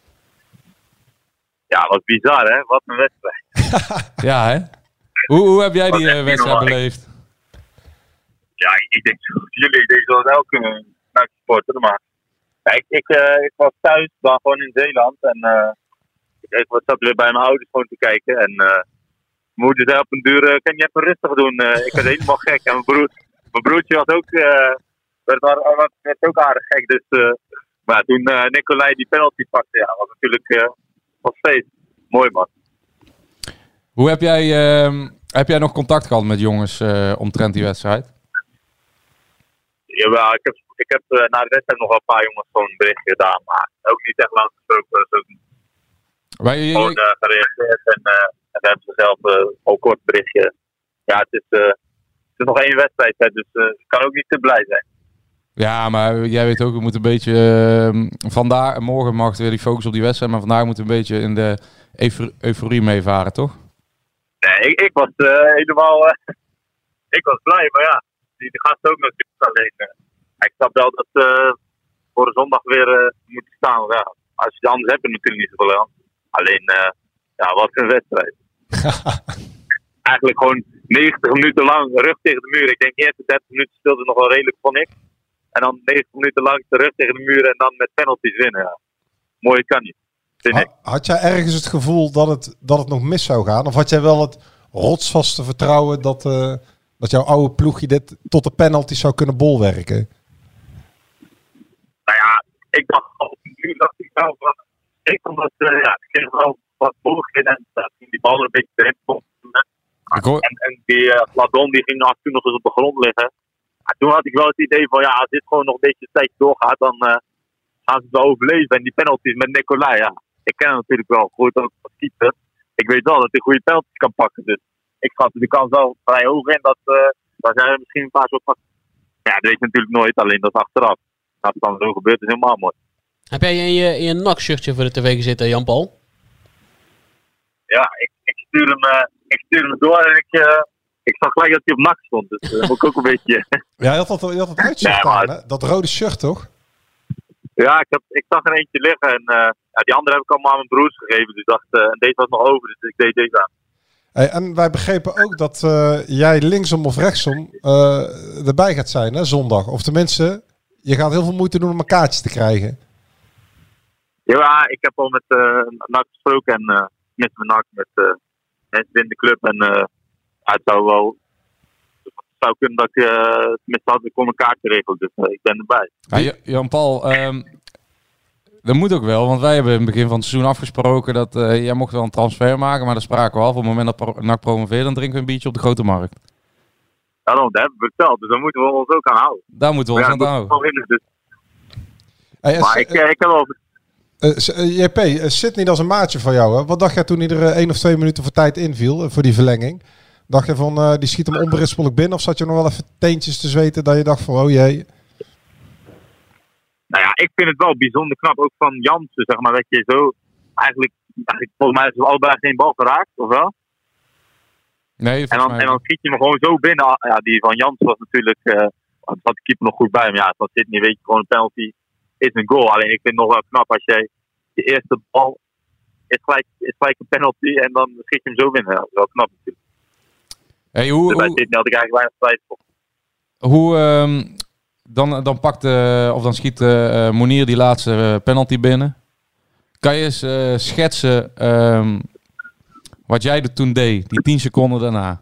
ja, wat bizar hè, wat een wedstrijd. Ja, hè? Hoe, hoe heb jij die Dat is uh, echt wedstrijd niet normaal. beleefd? Ja, ik denk zoals jullie, ik denk zoals elke uh, supporter, maar ja, ik, ik, uh, ik was thuis, dan gewoon in Zeeland en uh, ik, ik was zat weer bij mijn ouders gewoon te kijken en uh, mijn moeder zei op een duur, uh, kan je even rustig doen, uh, ik werd helemaal gek en mijn, broer, mijn broertje was ook, uh, werd, werd, werd ook aardig gek, dus uh, maar toen uh, Nicolai die penalty pakte, ja, was natuurlijk uh, was feest. Mooi man. Hoe heb jij, uh, heb jij nog contact gehad met jongens uh, omtrent die wedstrijd? Jawel, ik heb, ik heb uh, na de wedstrijd nog wel een paar jongens gewoon een berichtje gedaan, maar ook niet echt lang gesproken. Dus ook Wij, je, gewoon uh, gereageerd en, uh, en we hebben ze zelf uh, ook kort berichtje. Ja, het is, uh, het is nog één wedstrijd, hè, dus uh, ik kan ook niet te blij zijn. ja, maar jij weet ook, we moeten een beetje... Uh, vandaag en morgen mag weer die focus op die wedstrijd, maar vandaag moeten we een beetje in de eufor- euforie meevaren, toch? Nee, Nee, ik, ik was uh, helemaal... Uh, ik was blij, maar ja, die, die gast ook natuurlijk alleen. Uh, ik snap wel dat ze uh, voor de zondag weer uh, moeten staan. Ja, als je het anders hebt, er natuurlijk niet zoveel aan. Alleen, uh, ja, wat een wedstrijd. Eigenlijk gewoon negentig minuten lang rug tegen de muur. Ik denk, de eerste dertig minuten speelde nog wel redelijk, vond ik. En dan negentig minuten lang terug tegen de muur en dan met penalties winnen. Ja. Mooi kan niet. Ha, had jij ergens het gevoel dat het, dat het nog mis zou gaan? Of had jij wel het rotsvaste vertrouwen dat, uh, dat jouw oude ploegje dit tot de penalty zou kunnen bolwerken? Nou ja, ik dacht al, nu dacht ik wel van, ik vond dat, uh, ja, ik kreeg wel wat volg in en uh, die bal er een beetje erin komt. Hoor... En, en die uh, Fladon die ging af en toe nog eens op de grond liggen. Ja, toen had ik wel het idee van, ja, als dit gewoon nog een beetje een tijdje doorgaat, dan uh, gaan ze het wel overleven. En die penalties met Nicolai, ja. Ik ken hem natuurlijk wel goed ook als keeper. Ik weet wel dat hij goede penalties kan pakken. Dus ik schat de kans wel vrij hoog in dat, uh, dat zij misschien een paar soort pakken. Ja, dat weet je natuurlijk nooit, alleen dat achteraf. Als het dan zo gebeurt, is helemaal mooi. Heb jij in je, in je N A C-shirtje voor de tv gezeten, Jan-Paul? Ja, ik, ik, stuur hem, uh, ik stuur hem door en ik, uh, ik zag gelijk dat hij op N A C stond. Dus uh, moet ik ook een beetje... Ja, je had dat, je had dat uitzicht nee, aan, hè? Dat rode shirt, toch? Ja, ik, heb, ik zag er eentje liggen en uh, ja, die andere heb ik allemaal aan mijn broers gegeven. Dus ik dacht, uh, en deze was nog over, dus ik deed deze aan. Hey, en wij begrepen ook dat uh, jij linksom of rechtsom uh, erbij gaat zijn, hè, zondag. Of tenminste, je gaat heel veel moeite doen om een kaartje te krijgen. Ja, ik heb al met uh, N A C gesproken en uh, met mijn N A C, met uh, mensen in de club. En uh, het zou wel... Het zou kunnen dat ik uh, met had, ik kon een kaartje regelen, dus uh, ik ben erbij. Ja, Jan-Paul, um, dat moet ook wel, want wij hebben in het begin van het seizoen afgesproken dat uh, jij mocht wel een transfer maken, maar daar spraken we af. Op het moment dat N A C promoveert, dan drinken we een biertje op de Grote Markt. Ja, dat hebben we verteld, dus daar moeten we ons ook aan houden. Daar moeten we ons ja, aan houden. Winnen, dus. Hey, maar ik, uh, ik heb wel... Uh, J P, uh, Sidney, dat is een maatje van jou, hè? Wat dacht jij toen hij er uh, één of twee minuten voor tijd inviel, uh, voor die verlenging? Dacht je van, uh, die schiet hem onberispelijk binnen? Of zat je nog wel even teentjes te zweten dat je dacht van, oh jee? Nou ja, ik vind het wel bijzonder knap, ook van Jansen, zeg maar, dat je zo... Eigenlijk, eigenlijk volgens mij is het allebei geen bal geraakt, of wel? Nee, en dan, mij... en dan schiet je hem gewoon zo binnen. Ja, die van Jansen was natuurlijk... Uh, had de keeper nog goed bij hem. Ja, dat zit niet, weet je, gewoon een penalty is een goal. Alleen ik vind het nog wel knap als jij je eerste bal is gelijk, is gelijk een penalty en dan schiet je hem zo binnen. Ja, dat is wel knap natuurlijk. Hey, hoe, dus bij hoe, dit had ik eigenlijk weinig tijd voor. Hoe, um, dan, dan pakt uh, of dan schiet uh, Monier die laatste uh, penalty binnen. Kan je eens uh, schetsen um, wat jij er toen deed, die tien seconden daarna?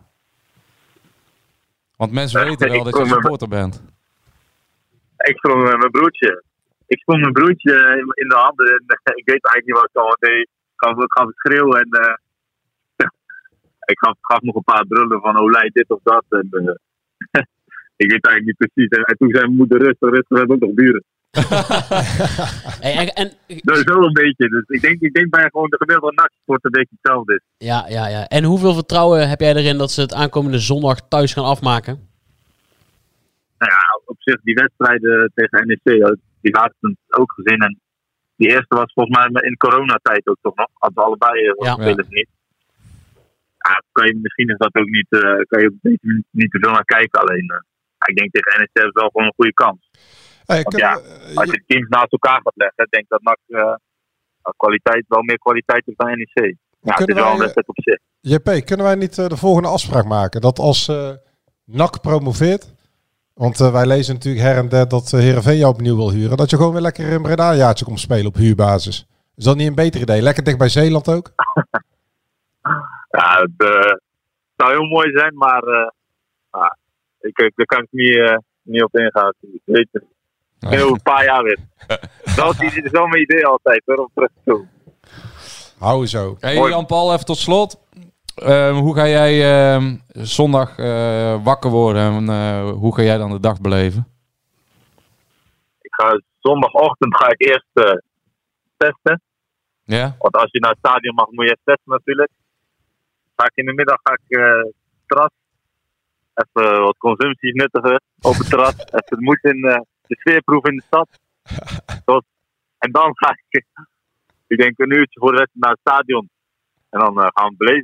Want mensen ja, weten wel dat je supporter bent. Ik stond met mijn broertje. Ik stond mijn broertje in de handen en uh, ik weet eigenlijk niet wat ik al deed. Ik gaf, ik gaf het schreeuwen en uh, ik gaf, gaf nog een paar brullen van Olij dit of dat. En, uh, ik weet eigenlijk niet precies. En, en toen zei mijn moeder rustig, rustig, we hebben ook nog buren. hey, en, en, dat is wel een beetje. Dus ik denk, ik denk bij gewoon de gemiddelde nachtsport een beetje hetzelfde is. Ja, ja, ja. En hoeveel vertrouwen heb jij erin dat ze het aankomende zondag thuis gaan afmaken? Nou ja, op zich die wedstrijden tegen N E C, die laatste ook gezien. En die eerste was volgens mij in coronatijd ook toch nog. Hadden we allebei uh, ja. spelers niet. Ja, kan je, misschien is dat ook niet, uh, kan je op deze manier niet te veel naar kijken. Alleen, uh, ik denk tegen N E C is wel gewoon een goede kans. Hey, Want ja, we, als je de teams naast elkaar gaat leggen, denk ik dat N A C uh, kwaliteit, wel meer kwaliteit heeft dan N E C. Ja, het is wel een wedstrijd op zich. J P, kunnen wij niet uh, de volgende afspraak maken? Dat als uh, N A C promoveert, want uh, wij lezen natuurlijk her en der dat uh, Heerenveen jou opnieuw wil huren, dat je gewoon weer lekker in Breda een jaartje komt spelen op huurbasis. Is dat niet een beter idee? Lekker dicht bij Zeeland ook? Ja, het uh, zou heel mooi zijn, maar uh, uh, ik, ik, daar kan ik niet, uh, niet op ingaan. Weet je. Heel een paar jaar weer. Dat is wel mijn idee altijd, hoor, om terug te doen. Hou zo. Hey, Jan-Paul, even tot slot. Uh, hoe ga jij uh, zondag uh, wakker worden en uh, hoe ga jij dan de dag beleven? Ik ga zondagochtend ga ik eerst uh, testen. Ja? Want als je naar het stadion mag, moet je eerst testen natuurlijk. Ga ik in de middag ga ik uh, terras. Even wat consumpties nuttiger op het terras. Even het moed in uh, de sfeerproef in de stad. Tot, en dan ga ik, ik denk een uurtje voor de wedstrijd naar het stadion. En dan uh, gaan we beleven.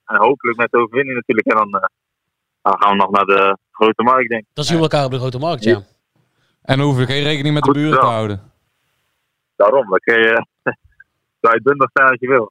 en hopelijk met de overwinning natuurlijk. En dan, uh, dan gaan we nog naar de Grote Markt, denk ik. Dan zien we elkaar op de Grote Markt, ja. En dan hoef je geen rekening met Goed de buren zo. te houden. Daarom, dan kun je zo uitbundig zijn als je wil.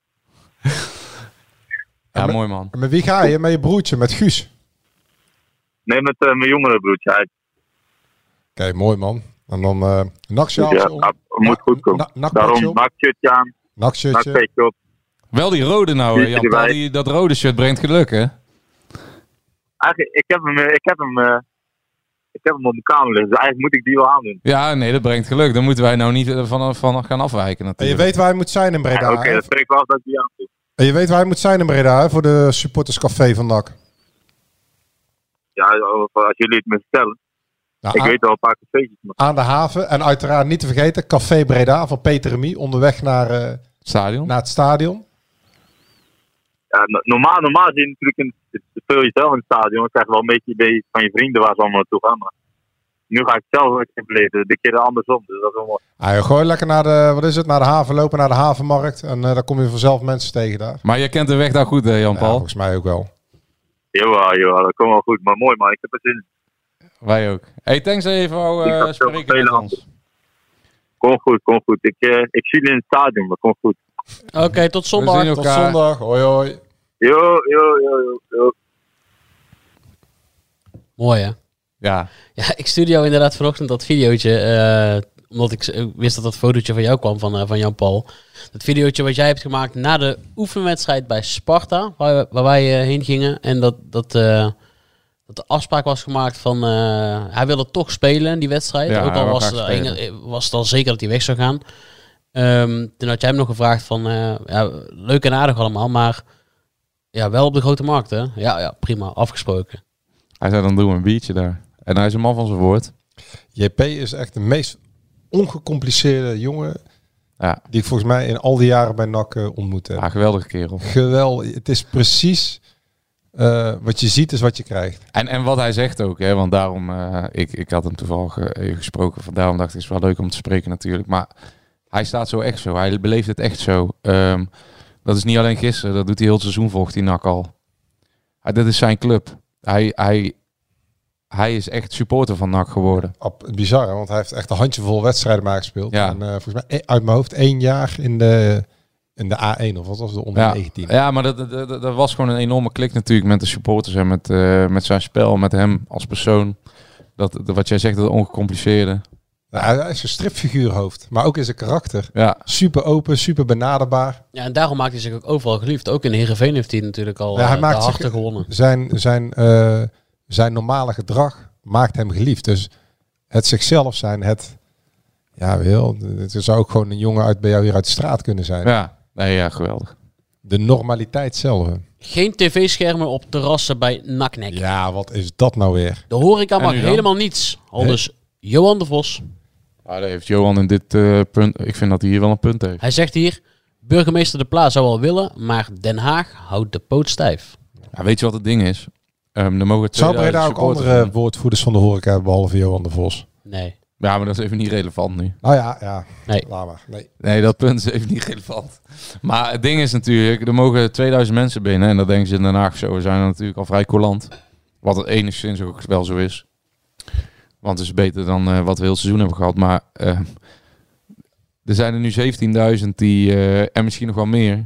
Ja, met, mooi man. Met wie ga je? Met je broertje, met Guus? Nee, met uh, mijn jongere broertje. Hij... Oké, okay, mooi man. En dan uh, naksjaals. Dus ja, dat moet goed komen. Na, Daarom nakshirtje aan. Nakshirtje. Nakpetje op. Wel die rode nou, uh, Jan Paul. Die, dat rode shirt brengt geluk, hè? Eigenlijk, ik heb hem, ik heb hem, uh, ik heb hem op mijn kamer liggen. Dus eigenlijk moet ik die wel aandoen. Ja, nee, dat brengt geluk. Dan moeten wij nou niet van, van gaan afwijken natuurlijk. En je weet waar je moet zijn in Breda. Ja, Oké, okay, dat vind ik wel af dat ik die aandoe. En je weet waar je moet zijn in Breda, hè, voor de supporterscafé van N A C. Ja, als jullie het me vertellen. Nou, ik aan, weet wel een paar cafeetjes. Maar... Aan de haven. En uiteraard niet te vergeten, Café Breda van Peter Remy. Onderweg naar, uh, stadion. naar het stadion. Ja, normaal, normaal zie je natuurlijk in, speel je zelf in het stadion. Dan krijg je wel een beetje idee van je vrienden waar ze allemaal naartoe gaan. Maar nu ga ik zelf ook in beleven. De keer andersom. Dus dat is wel mooi. Ah, joh, gewoon lekker naar de, wat is het, naar de haven lopen, naar de havenmarkt. En uh, dan kom je vanzelf mensen tegen daar. Maar je kent de weg daar goed, hè, Jan Paul? Ja, volgens mij ook wel. Jawel, jawel, dat komt wel goed. Maar mooi man, ik heb er zin in. Wij ook. Hey, thanks even wou uh, spreken met ons. Kom goed, kom goed. Ik, uh, ik zie je in het stadion, maar kom goed. Oké, okay, tot zondag. Tot zondag. Hoi, hoi. Jo, jo, jo, jo, jo. Mooi, hè? Ja. Ja, ik stuurde jou inderdaad vanochtend dat videootje, uh, omdat ik wist dat dat fotootje van jou kwam, van, uh, van Jan Paul. Dat videootje wat jij hebt gemaakt na de oefenwedstrijd bij Sparta, waar, waar wij uh, heen gingen. En dat, dat, uh, dat de afspraak was gemaakt van, uh, hij wilde toch spelen, die wedstrijd. Ja, ook al was, uh, was het al zeker dat hij weg zou gaan. Um, toen had jij hem nog gevraagd van, uh, ja, leuk en aardig allemaal, maar ja, wel op de Grote Markt, hè? Ja, ja, prima, afgesproken. Hij zei, dan doen we een biertje daar. En hij is een man van zijn woord. J P is echt de meest ongecompliceerde jongen, ja, die ik volgens mij in al die jaren bij N A C uh, ontmoet heb. Ja, geweldige kerel. Geweldig. Het is precies uh, wat je ziet is wat je krijgt. En, en wat hij zegt ook, hè, want daarom, uh, ik, ik had hem toevallig uh, gesproken, van daarom dacht ik, het is wel leuk om te spreken natuurlijk. Maar hij staat zo echt zo, hij beleeft het echt zo. Um, dat is niet alleen gisteren, dat doet hij heel het seizoen, volgt die N A C al. Uh, dit is zijn club. Hij, hij, hij is echt supporter van N A C geworden. Bizar, hè? Want hij heeft echt een handjevol wedstrijden maar gespeeld. Ja. En uh, volgens mij uit mijn hoofd één jaar in de, in de A één, of wat was het, onder ja. negentien. Ja, maar dat, dat, dat, dat was gewoon een enorme klik natuurlijk met de supporters en met, uh, met zijn spel, met hem als persoon. Dat, dat wat jij zegt, dat ongecompliceerde. Nou, hij is een stripfiguurhoofd, maar ook in zijn karakter. Ja. Super open, super benaderbaar. Ja, en daarom maakt hij zich ook overal geliefd. Ook in Heerenveen heeft hij natuurlijk al ja, hij uh, maakt de harten zich, gewonnen. Zijn, zijn, uh, zijn normale gedrag maakt hem geliefd. Dus het zichzelf zijn, het... Ja, wel, het zou ook gewoon een jongen uit bij jou hier uit de straat kunnen zijn. Ja, nee, ja, geweldig. De normaliteit zelf. Geen tv-schermen op terrassen bij Naknek. Ja, wat is dat nou weer? De horeca mag helemaal niets. Al dus Johan de Vos. Ja, daar heeft Johan in dit uh, punt... Ik vind dat hij hier wel een punt heeft. Hij zegt hier... Burgemeester De Pla zou wel willen, maar Den Haag houdt de poot stijf. Ja, weet je wat het ding is? Um, er mogen Zou Breda ook andere zijn. woordvoerders van de horeca hebben, behalve Johan de Vos? Nee. Ja, maar dat is even niet relevant nu. Nou ja, ja. Nee. Laat maar. Nee. nee, dat punt is even niet relevant. Maar het ding is natuurlijk, er mogen tweeduizend mensen binnen. En dat denken ze in Den Haag zo. We zijn natuurlijk al vrij coulant. Wat het enigszins ook wel zo is. Want het is beter dan uh, wat we heel seizoen hebben gehad. Maar uh, er zijn er nu zeventienduizend die, uh, en misschien nog wel meer,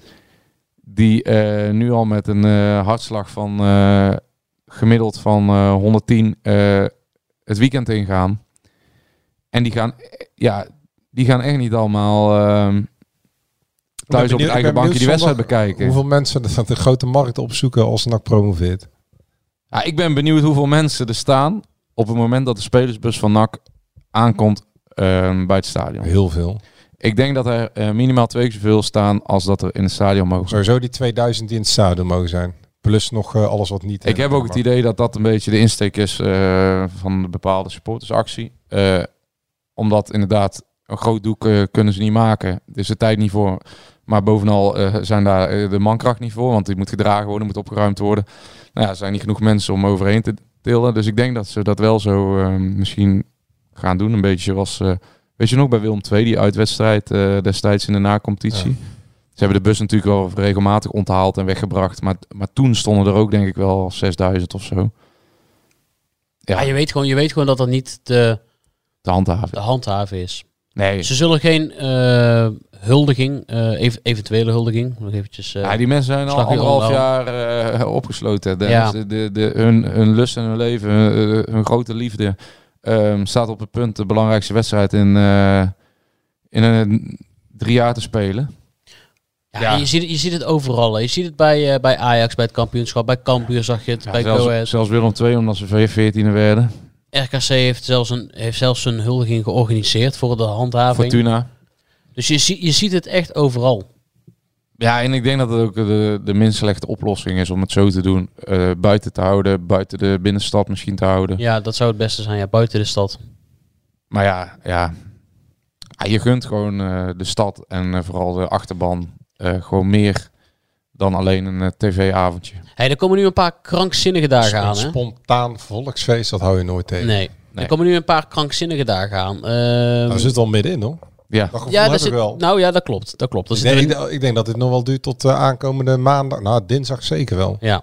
die uh, nu al met een uh, hartslag van uh, gemiddeld van uh, honderdtien uh, het weekend ingaan. En die gaan, ja, die gaan echt niet allemaal uh, thuis op het eigen bankje die wedstrijd bekijken. Hoeveel mensen dat de grote markt opzoeken als N A C promoveert? Ja, ik ben benieuwd hoeveel mensen er staan op het moment dat de spelersbus van N A C aankomt uh, bij het stadion. Heel veel. Ik denk dat er uh, minimaal twee keer zoveel staan als dat er in het stadion mogen. Sowieso die tweeduizend die in het stadion mogen zijn. Plus nog uh, alles wat niet... Ik heb ook het idee dat dat een beetje de insteek is uh, van een bepaalde supportersactie. Uh, omdat inderdaad een groot doek uh, kunnen ze niet maken. Er is de tijd niet voor. Maar bovenal uh, zijn daar uh, de mankracht niet voor. Want die moet gedragen worden, moet opgeruimd worden. Nou ja, er zijn niet genoeg mensen om overheen te tillen. Dus ik denk dat ze dat wel zo uh, misschien gaan doen. Een beetje zoals... Uh, weet je nog bij Willem twee, die uitwedstrijd uh, destijds in de na-competitie. Ja. Ze hebben de bus natuurlijk wel regelmatig onthaald en weggebracht. Maar, maar toen stonden er ook denk ik wel zesduizend of zo. Ja, ja je, weet gewoon, je weet gewoon dat dat niet de, de handhaven. de handhaven is. Nee. Ze zullen geen uh, huldiging, uh, ev- eventuele huldiging, nog eventjes... Uh, ja, die mensen zijn al anderhalf jaar uh, opgesloten. De, ja. de, de, de, hun, hun lust en hun leven, hun, hun grote liefde um, staat op het punt de belangrijkste wedstrijd in, uh, in een drie jaar te spelen. Ja, ja. Je, ziet, je ziet het overal. Hè. Je ziet het bij, uh, bij Ajax, bij het kampioenschap, bij Cambuur zag je het, ja, bij zelfs, Go Ahead. Zelfs Willem twee, omdat ze veertiende werden. R K C heeft zelfs een, heeft zelfs een huldiging georganiseerd voor de handhaving. Fortuna. Dus je, zie, je ziet het echt overal. Ja, en ik denk dat het ook de, de minst slechte oplossing is om het zo te doen. Uh, buiten te houden, buiten de binnenstad misschien te houden. Ja, dat zou het beste zijn, ja, buiten de stad. Maar ja, ja. je gunt gewoon uh, de stad en uh, vooral de achterban uh, gewoon meer dan alleen een uh, tv-avondje. Hey, er komen nu een paar krankzinnige dagen aan. Hè? Spontaan volksfeest, dat hou je nooit tegen. Nee, nee. Er komen nu een paar krankzinnige dagen aan. Uh, nou, zit al middenin, hoor. Ja, dat ja heb zit, ik wel. Nou ja, dat klopt. Dat klopt. Dat ik, denk, ik, ik denk dat dit nog wel duurt tot uh, aankomende maandag. Nou, dinsdag zeker wel. Ja.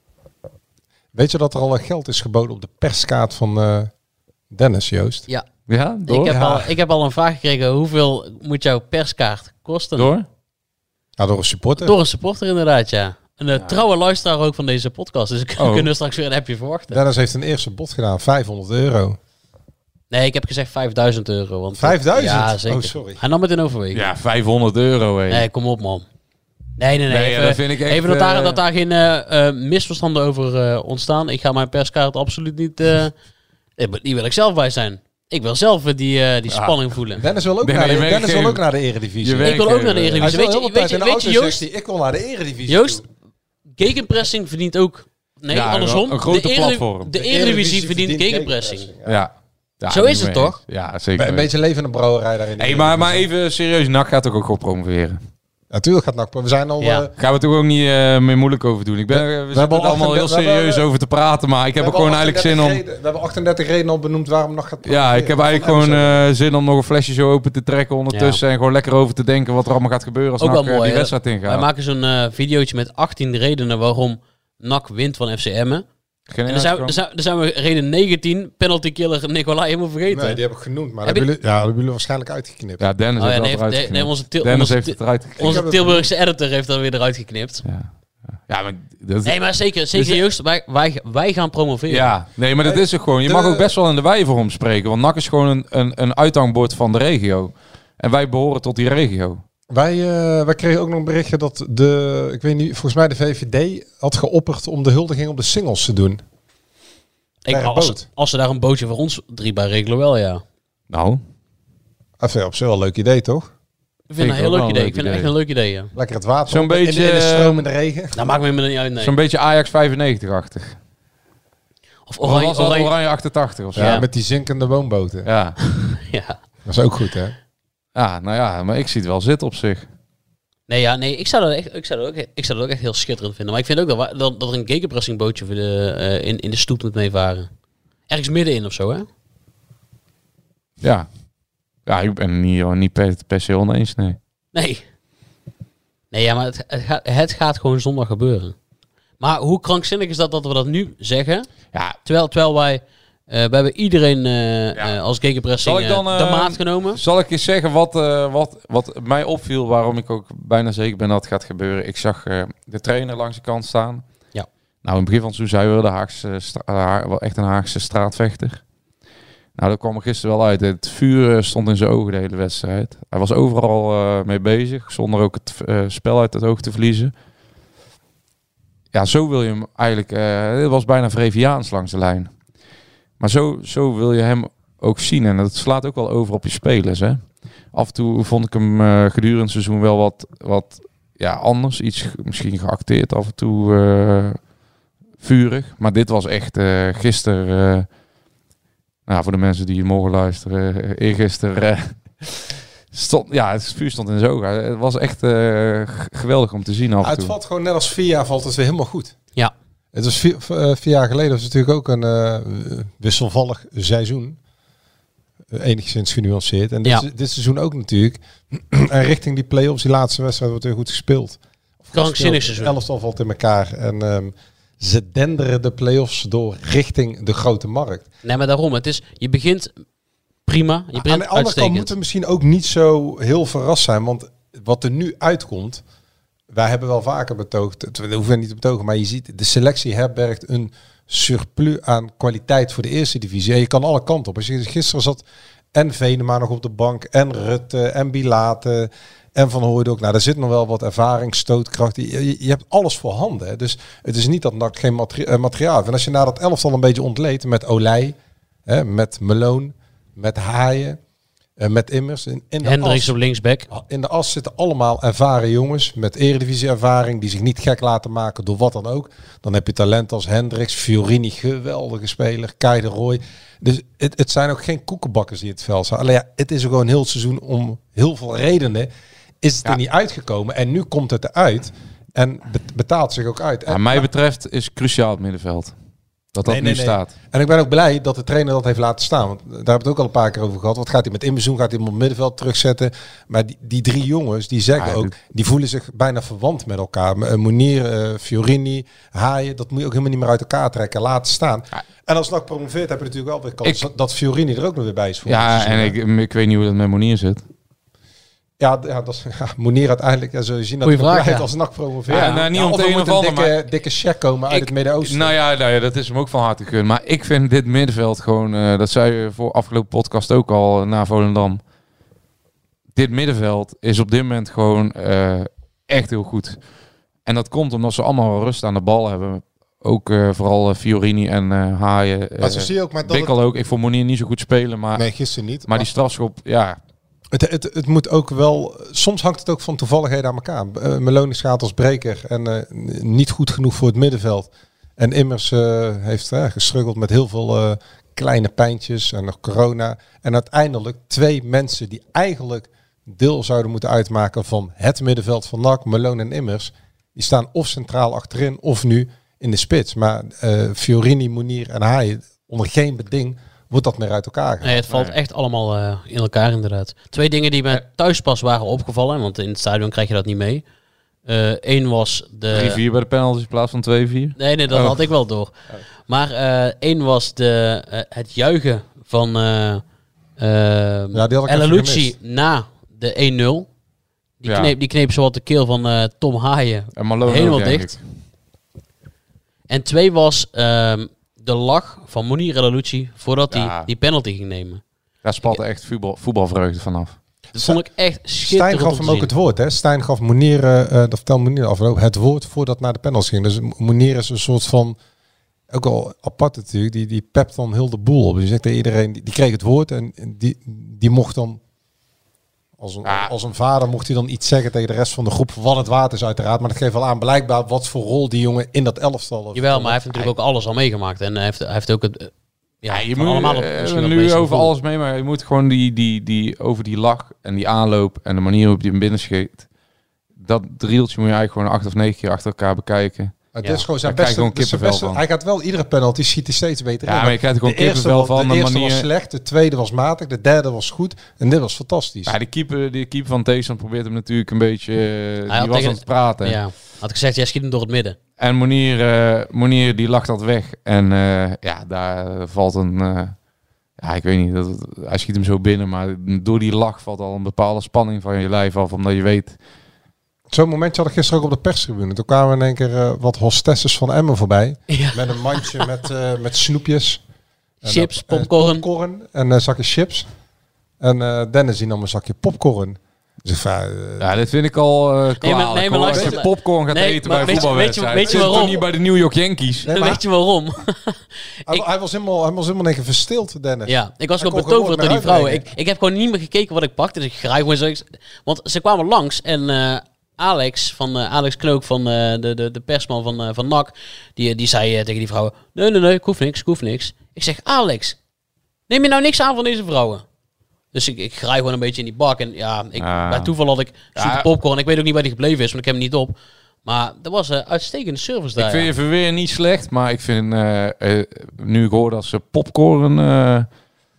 Weet je dat er al geld is geboden op de perskaart van uh, Dennis, Joost? Ja. Ja, door? Ik heb, ja. Al, ik heb al een vraag gekregen. Hoeveel moet jouw perskaart kosten? Door? Ja, door een supporter. Door een supporter inderdaad, ja. Een ja. trouwe luisteraar ook van deze podcast. Dus we oh. kunnen straks weer een appje verwachten. Dennis heeft een eerste bod gedaan. vijfhonderd euro. Nee, ik heb gezegd vijfduizend euro. Want vijfduizend? Ja, zeker. Oh, sorry. Hij nam het in overweging. Ja, vijfhonderd euro. Hé. Nee, kom op, man. Nee, nee, nee. nee even, ja, dat vind ik echt, even dat, daar, uh... dat daar geen uh, uh, misverstanden over uh, ontstaan. Ik ga mijn perskaart absoluut niet... Uh, die wil ik zelf bij zijn. Ik wil zelf die, uh, die spanning ja. voelen. Dennis wil ook, naar de, Dennis wil ook naar de Eredivisie. Ik wil ook naar de Eredivisie. Weet je, weet je, weet je Joost? Ik wil naar de Eredivisie. Joost, gegenpressing verdient ook... Nee, ja, andersom. Een grote de platform. De Eredivisie verdient gegenpressing. Ja. ja. ja. Zo is het toch? Ja, zeker. Een beetje levende brouwerij daarin. Hey, maar, maar even serieus, N A C gaat toch ook gewoon promoveren? Natuurlijk gaat N A C. We zijn al... Ja. Uh, gaan we toch ook niet uh, meer moeilijk over doen. Ik ben, we, we, we zitten er allemaal heel serieus hebben, over te praten, maar ik heb er gewoon eigenlijk zin om... Reden, we hebben achtendertig redenen al benoemd waarom N A C gaat promoveren. Ja, ik heb eigenlijk gewoon uh, zin om nog een flesje zo open te trekken ondertussen. Ja. En gewoon lekker over te denken wat er allemaal gaat gebeuren als N A C uh, die wedstrijd ingaat. Wij maken zo'n uh, videootje met achttien redenen waarom N A C wint van F C Emmen. Geen en dan zijn, dan, zijn, dan zijn we reden negentien, penalty killer Nicolai helemaal vergeten. Nee, die heb ik genoemd, maar dat hebben jullie, ja, dat hebben jullie waarschijnlijk uitgeknipt. Ja, Dennis oh, ja, heeft nee, het eruit nee, geknipt. nee, onze til- Dennis onze heeft het eruit geknipt. Onze Tilburgse editor heeft dat weer eruit geknipt. Ja, ja maar... Dat, nee, maar zeker, zeker Joost, wij, wij, wij gaan promoveren. Ja, nee, maar dat is het gewoon. Je de, mag ook best wel in de wijvorm spreken, want N A C is gewoon een, een, een uithangbord van de regio. En wij behoren tot die regio. Wij, uh, wij kregen ook nog een berichtje dat de, ik weet niet, volgens mij de V V D had geopperd om de huldiging op de singles te doen. Ik, als, als ze daar een bootje voor ons drie bij regelen, wel ja. Nou. Dat vind ik op zich wel een leuk idee, toch? Ik vind het een heel leuk idee. Ik vind het echt een leuk idee, ja. Lekker het water. Zo'n beetje... In de stroom in de regen. Nou, maakt me helemaal niet uit, nee. Zo'n beetje Ajax vijfennegentig-achtig. Of Oranje, of oranje, oranje achtentachtig of zo. Ja, ja, met die zinkende woonboten. Ja. ja. Dat is ook goed, hè? Ja, nou ja, maar ik zie het wel zitten op zich. Nee, ja, nee, ik zou dat echt, ik zou dat ook, ik zou dat ook echt heel schitterend vinden. Maar ik vind ook dat, dat, dat er een gegenpressing bootje voor de, uh, in, in de stoet moet meevaren. Ergens middenin of zo, hè? Ja. Ja, ik ben niet, niet per, per se oneens, nee. Nee. Nee, ja, maar het, het, gaat, het gaat gewoon zondag gebeuren. Maar hoe krankzinnig is dat dat we dat nu zeggen? Ja. Terwijl, terwijl wij... Uh, we hebben iedereen uh, ja. uh, als gegenpressing uh, de uh, maat genomen. Zal ik eens zeggen wat, uh, wat, wat mij opviel, waarom ik ook bijna zeker ben dat het gaat gebeuren. Ik zag uh, de trainer langs de kant staan. Ja. Nou, in het begin van het seizoen zei we de Haagse stra- uh, echt een Haagse straatvechter. Nou, dat kwam er gisteren wel uit. Het vuur stond in zijn ogen de hele wedstrijd. Hij was overal uh, mee bezig, zonder ook het uh, spel uit het oog te verliezen. Ja, zo wil je hem eigenlijk... Uh, het was bijna Vreviaans langs de lijn. Maar zo, zo wil je hem ook zien. En dat slaat ook wel over op je spelers. Hè? Af en toe vond ik hem uh, gedurende het seizoen wel wat, wat ja, anders. Iets misschien geacteerd af en toe uh, vurig. Maar dit was echt uh, gisteren... Uh, nou, voor de mensen die mogen luisteren. Uh, eergisteren... Uh, stond, ja, het vuur stond in zijn ogen. Het was echt uh, geweldig om te zien af en toe. Het valt gewoon net als vier jaar valt het weer helemaal goed. Ja. Het was vier, uh, vier jaar geleden was het natuurlijk ook een uh, wisselvallig seizoen. uh, enigszins genuanceerd. En dit, Ja. dit seizoen ook natuurlijk. En richting die play-offs, die laatste wedstrijd wordt weer goed gespeeld. Krankzinnig seizoen. Het elftal valt in elkaar. En um, ze denderen de play-offs door richting de grote markt. Nee, maar daarom. Het is, je begint prima. Je begint Aan de andere kant moeten we misschien ook niet zo heel verrast zijn. Want wat er nu uitkomt... Wij hebben wel vaker betoogd, we hoeven niet te betogen, maar je ziet, de selectie herbergt een surplus aan kwaliteit voor de eerste divisie. En je kan alle kanten op. Als je gisteren zat en Venema nog op de bank, en Rutte, en Bilate, en Van Hooijdonk. Nou, daar zit nog wel wat ervaring, stootkracht. Je, je, je hebt alles voor handen. Hè. Dus het is niet dat N A C geen materi- uh, materiaal heeft. En als je naar dat elftal een beetje ontleedt met Olij, hè, met Meloon, met Haaien, uh, met Immers. In, in de Hendricks as, op linksback. in de as zitten allemaal ervaren jongens met eredivisie-ervaring die zich niet gek laten maken door wat dan ook. Dan heb je talent als Hendricks, Fiorini, geweldige speler, Kai de Roy. Dus het, het zijn ook geen koekenbakkers die in het veld staan. Alleen ja, het is gewoon heel het seizoen om heel veel redenen is het Ja. er niet uitgekomen. En nu komt het eruit en bet- betaalt zich ook uit. En, Wat mij betreft is cruciaal het middenveld. Dat dat Nee, nu nee, nee. staat. En ik ben ook blij dat de trainer dat heeft laten staan. Want daar hebben we het ook al een paar keer over gehad. Wat gaat hij met inbezoen? Gaat hij hem op het middenveld terugzetten? Maar die, die drie jongens, die zeggen Ja, ook, doet- die voelen zich bijna verwant met elkaar. Uh, Monier, uh, Fiorini, Haaien, dat moet je ook helemaal niet meer uit elkaar trekken. Laten staan. Ja. En als N A C promoveert, heb je natuurlijk wel weer kans Ik- dat Fiorini er ook nog weer bij is. Voor Ja, en ik, ik weet niet hoe dat met Monier zit. Ja, d- ja, dat is, ja, Monier uiteindelijk, ja, zul je zien dat Goeie hij nog vraag, blijft ja. als N A C promoveert. Ja, nou, niet om of het er een moet of een ander, dikke, dikke check komen uit Ik- het Midden-Oosten. Nou ja, nou ja, dat is hem ook van harte gegund. Maar ik vind dit middenveld gewoon, uh, dat zei je voor afgelopen podcast ook al, uh, na Volendam. Dit middenveld is op dit moment gewoon uh, echt heel goed. En dat komt omdat ze allemaal wel rust aan de bal hebben. Ook uh, vooral uh, Fiorini en uh, Haaien. Uh, Maar zo zie je ook maar dat Wikkel ook. Ik vond Monier niet zo goed spelen. Maar, Nee, gisteren niet. maar die strafschop, ja... Het, het, het moet ook wel... Soms hangt het ook van toevalligheden aan elkaar. Uh, Meloon gaat als breker en uh, niet goed genoeg voor het middenveld. En Immers uh, heeft uh, gestruggeld met heel veel uh, kleine pijntjes en nog corona. En uiteindelijk twee mensen die eigenlijk deel zouden moeten uitmaken van het middenveld van N A C, Meloon en Immers. Die staan of centraal achterin of nu in de spits. Maar uh, Fiorini, Monier en Haaien, onder geen beding wordt dat meer uit elkaar gehaald. Nee, het valt Nee. echt allemaal uh, in elkaar inderdaad. Twee dingen die me thuis pas waren opgevallen, want in het stadion krijg je dat niet mee. Eén uh, was de... drie vier bij de penalties in plaats van twee vier. Nee, nee, dat Oh. had ik wel door. Maar uh, één was de, uh, het juichen van uh, uh, Ja, die had ik El even Alouci gemist. na de één nul. Die, Ja. kneep, die kneep zowat de keel van uh, Tom Haaien En Malone helemaal ook, denk dicht. ik. En twee was um, de lach van Mounir El Alouci voordat hij Ja. die penalty ging nemen. Daar spatte echt voetbal, voetbalvreugde vanaf. Dat vond ik echt Stijn schitterend gaf om te hem ook zien. het woord. Hè? Stijn gaf Monier, uh, uh, dat vertelde Monier afloop, het woord voordat naar de panels ging. Dus Monier is een soort van, ook al apart natuurlijk, die, die pept dan heel de boel op. Dus je zegt tegen iedereen, die, die kreeg het woord en die, die mocht dan, als een, Ja. als een vader mocht hij dan iets zeggen tegen de rest van de groep, van het waard is uiteraard. Maar dat geeft wel aan blijkbaar wat voor rol die jongen in dat elftal heeft. Jawel, maar hij heeft natuurlijk ook alles al meegemaakt. En hij heeft, hij heeft ook het... uh, Ja, Ja, je van moet allemaal op, eh, misschien wel nu het meeste over gevoel. alles mee, maar je moet gewoon die, die, die, over die lach en die aanloop en de manier waarop hij hem binnenschiet. Dat drieltje moet je eigenlijk gewoon acht of negen keer achter elkaar bekijken. Het Ja. is gewoon zijn Daar krijg je beste, gewoon zijn kippenvel beste- van. Hij gaat wel iedere penalty, schiet hij steeds beter Ja, in. maar je krijgt er gewoon de eerste, kippenvel was, van. de De eerste manier... was slecht, de tweede was matig, de derde was goed en dit was fantastisch. Ja, die keeper, die keeper van tegenstand probeert hem natuurlijk een beetje... eh, die had was tegen- aan het praten. Ja, had gezegd, jij schiet hem door het midden. En Monier, eh, Monier die lacht dat weg. En eh, ja, daar valt een... eh, ja, ik weet niet. Dat, hij schiet hem zo binnen. Maar door die lach valt al een bepaalde spanning van je lijf af. Omdat je weet... Zo'n momentje had ik gisteren ook op de perstribune. Toen kwamen in één keer uh, wat hostesses van Emmen voorbij. Ja. Met een mandje met, uh, met snoepjes. En Chips, dat- popcorn. popcorn en een zakje chips. En uh, Dennis die nam een zakje popcorn. Dus ik van, uh, Ja, dit vind ik al uh, kwalijk. nee, maar hoor. Als luister, je popcorn gaat nee, eten maar bij weet je- voetbalwedstrijd. weet je- weet je Zit toch waarom? niet bij de New York Yankees? Nee, maar- Weet je waarom? hij, ik- hij was helemaal, hij was helemaal een keer verstild, Dennis. Ja, ik was Hij gewoon kon geen betoverd woord door die meer vrouwen. Ik, uitbrengen. ik heb gewoon niet meer gekeken wat ik pakte. Dus ik graag gewoon zo. ik- Want ze kwamen langs en uh, Alex van uh, Alex Knook van uh, de, de, de persman van, uh, van N A C, die, die zei uh, tegen die vrouwen: nee, nee, nee, ik hoef niks, ik hoef niks. Ik zeg: Alex, neem je nou niks aan van deze vrouwen? Dus ik, ik graai gewoon een beetje in die bak. En ja, ik, Ah. bij toeval had ik zoete Ja. popcorn. Ik weet ook niet waar die gebleven is, want ik heb hem niet op. Maar dat was een uh, uitstekende service daar. Ik vind ja. je verweer niet slecht, maar ik vind, uh, uh, nu ik hoor dat ze popcorn uh,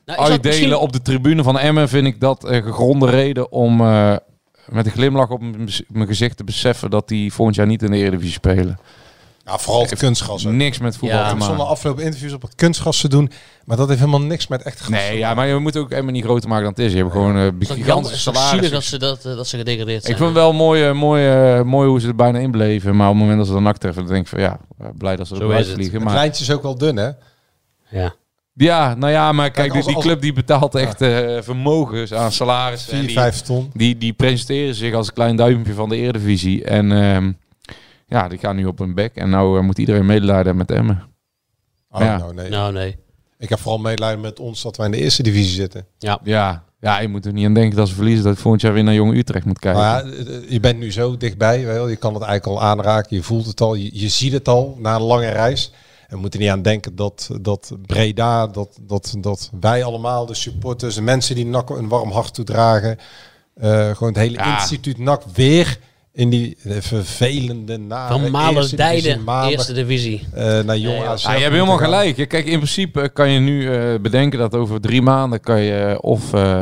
Nou, is dat uitdelen misschien- op de tribune van Emmen, vind ik dat een gegronde reden om uh, met een glimlach op m- mijn gezicht te beseffen dat die volgend jaar niet in de Eredivisie spelen. Ja, vooral het kunstgras. Ook. Niks met voetbal Ja. te maken. Zonder afgelopen interviews op het kunstgras te doen. Maar dat heeft helemaal niks met echt gras. Nee, ja, maar je moet ook Emmen niet groter maken dan het is. Je hebt gewoon uh, Het is toch jammer, het gigantische is toch zielig salarissen. dat ze, dat, eh, dat ze gedegradeerd zijn. Ik vind het wel mooi, uh, mooi, uh, mooi hoe ze er bijna in bleven. Maar op het moment dat ze dan nak treffen, dan denk ik van ja, blij dat ze Zo eruit is het. vliegen. Het Maar lijntje is ook wel dun, hè? Ja. ja, nou ja, maar kijk, Kijk, als- die, die als- club die betaalt echt uh, vermogens aan salarissen. En vier, die, vijf ton. Die, die presenteren zich als een klein duimpje van de Eredivisie. En um, ja, die gaan nu op hun bek. En nou uh, moet iedereen medelijden met Emmen. Oh, Ja. nou, nee. Nou, nee. Ik heb vooral medelijden met ons dat wij in de eerste divisie zitten. Ja. Ja, ja, je moet er niet aan denken dat ze verliezen. Dat je volgend jaar weer naar Jong Utrecht moet kijken. Nou ja, je bent nu zo dichtbij. Wel. Je kan het eigenlijk al aanraken. Je voelt het al. Je, je ziet het al na een lange reis. En we moeten niet aan denken dat, dat Breda, dat, dat, dat wij allemaal, de supporters, de mensen die N A C een warm hart toedragen, uh, gewoon het hele Ja. instituut N A C weer in die vervelende nare Van eerste Malendijden, divisie maandag, eerste divisie. uh, naar Nee, Jong joh. A Z Ja, je hebt helemaal gelijk. Kijk, in principe kan je nu uh, bedenken dat over drie maanden kan je of uh,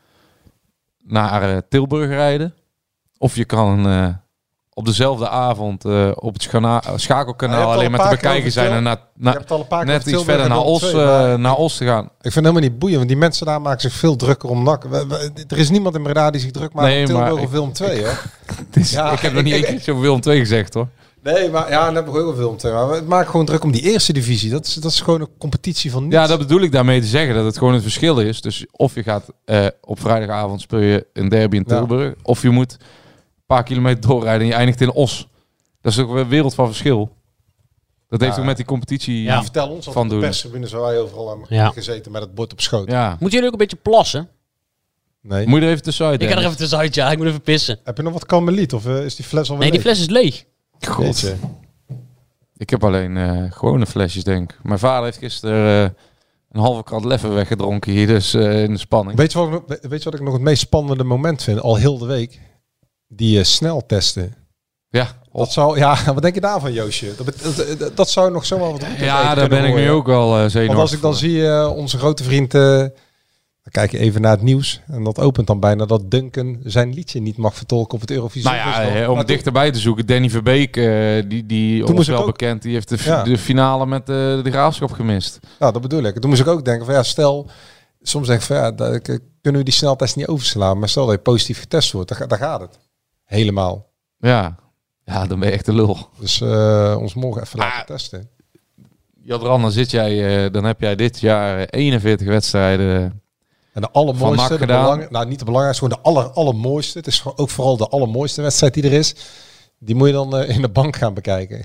naar uh, Tilburg rijden. Of je kan uh, op dezelfde avond uh, op het schana- schakelkanaal Ja, je hebt al alleen een maar te paar keer bekijken over zijn Til- en naar, Je naar, hebt het al een paar keer net over iets Tilburg verder en naar Willem Os, twee, uh, maar naar ik- Os te gaan. Ik vind het helemaal niet boeiend, want die mensen daar maken zich veel drukker om N A C. We- we- Er is niemand in Breda die zich druk maakt Nee, om Tilburg maar of Willem twee, hè? Het is, Ja, ik heb nog niet ik- één keer over Willem twee gezegd, hoor. Nee, maar ja, dan heb ik ook wel Willem twee. Maar het maakt gewoon druk om die eerste divisie. Dat is, dat is gewoon een competitie van niets. Ja, dat bedoel ik daarmee te zeggen. Dat het gewoon het verschil is. Dus of je gaat uh, op vrijdagavond speel je een derby in Tilburg. Ja. Of je moet een paar kilometer doorrijden en je eindigt in Os. Dat is ook wel een wereld van verschil. Dat heeft Ja. ook met die competitie Ja, vertel ons, van want op de doen. perstribune zo wij overal aan Ja. gezeten met het bord op schoot. Ja. Moeten jullie ook een beetje plassen? Nee. Moet je er even tussenuit, Ik ga er Dennis? even tussenuit, ja. Ik moet even pissen. Heb je nog wat karmeliet of uh, is die fles alweer Nee, die leeg? fles is leeg. God. Jeetje. Ik heb alleen uh, gewone flesjes, denk ik. Mijn vader heeft gisteren uh, een halve krat leffen weggedronken hier, dus uh, in de spanning. Weet je, wat, ik nog- weet je wat ik nog het meest spannende moment vind? Al heel de week. Die uh, sneltesten. Ja, Dat zou, ja, wat denk je daarvan, Joosje? Dat, bet- dat, dat, dat zou nog zomaar wat route ja eten daar ben kunnen ik nu worden. ook wel uh, zenuwachtig. Want als ik dan voor. zie uh, onze grote vriend... Uh, dan kijk je even naar het nieuws. En dat opent dan bijna dat Duncan zijn liedje niet mag vertolken op het Eurovisie. Nou ja, eh, om het dichterbij te zoeken. Danny Verbeek, uh, die, die Toen ons moest ik wel ook- bekend, die heeft de, Ja. de finale met uh, de Graafschap gemist. Ja, dat bedoel ik. Toen moest ik ook denken van ja, stel... Soms denk ik van ja, dat, ik- kunnen we die sneltest niet overslaan. Maar stel dat je positief getest wordt, dan, ga- dan gaat het. Helemaal. Ja. ja, dan ben je echt de lul. Dus uh, ons morgen even Ah. laten testen. Jadran, dan zit jij, uh, dan heb jij dit jaar uh, eenenveertig wedstrijden. En de allermooiste, Van N A C de gedaan. belang, nou niet de belangrijkste, gewoon de aller, allermooiste. Het is gewoon ook vooral de allermooiste wedstrijd die er is. Die moet je dan uh, in de bank gaan bekijken.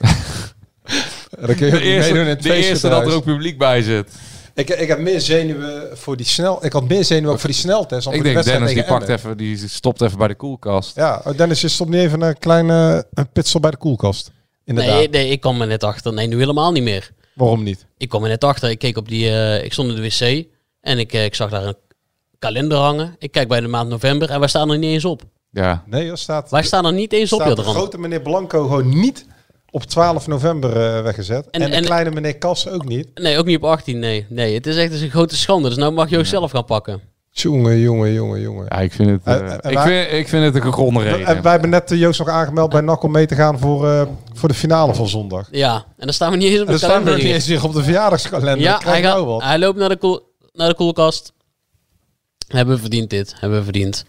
En dan kun je De ook niet eerste, meedoen in het de eerste dat er feestgedruis. ook publiek bij zit. Ik, ik heb meer zenuwen voor die snel. Ik had meer zenuwen ook voor die sneltest. dan Ik voor die denk wedstrijd Dennis die tegen pakt Emmen. even, die stopt even bij de koelkast. Ja, oh, Dennis, je stopt niet even een kleine een pitstop bij de koelkast. Inderdaad. Nee, nee, ik kwam er net achter. Nee, nu helemaal niet meer. Waarom niet? Ik kwam er net achter. Ik keek op die... eh, ik stond in de wc. En ik, eh, ik zag daar een kalender hangen. Ik kijk bij de maand november. En wij staan er niet eens op. Ja. Nee, er staat, Wij staan er niet eens op, staat de Jadran. grote meneer Blanco gewoon niet op twaalf november uh, weggezet. En, En- de en- kleine meneer Kassen ook niet. Nee, ook niet op achttien. Nee, nee, het is echt een grote schande. Dus nou mag je ook zelf gaan pakken. Jongen, jongen, jongen, jongen. Ja, ik vind het, uh, Uh, en ik, wij- vind, ik vind het een gegronde reden. En wij hebben net uh, Joost nog aangemeld bij N A C om mee te gaan voor, uh, voor de finale van zondag. Ja, en dan staan we niet eens op En de dan staan we kalender ook niet hier. eens hier op de verjaardagskalender. Ja, Krijg hij, nou gaat, wat. hij loopt naar de, koel, naar de koelkast. Hebben we verdiend dit. Hebben we verdiend.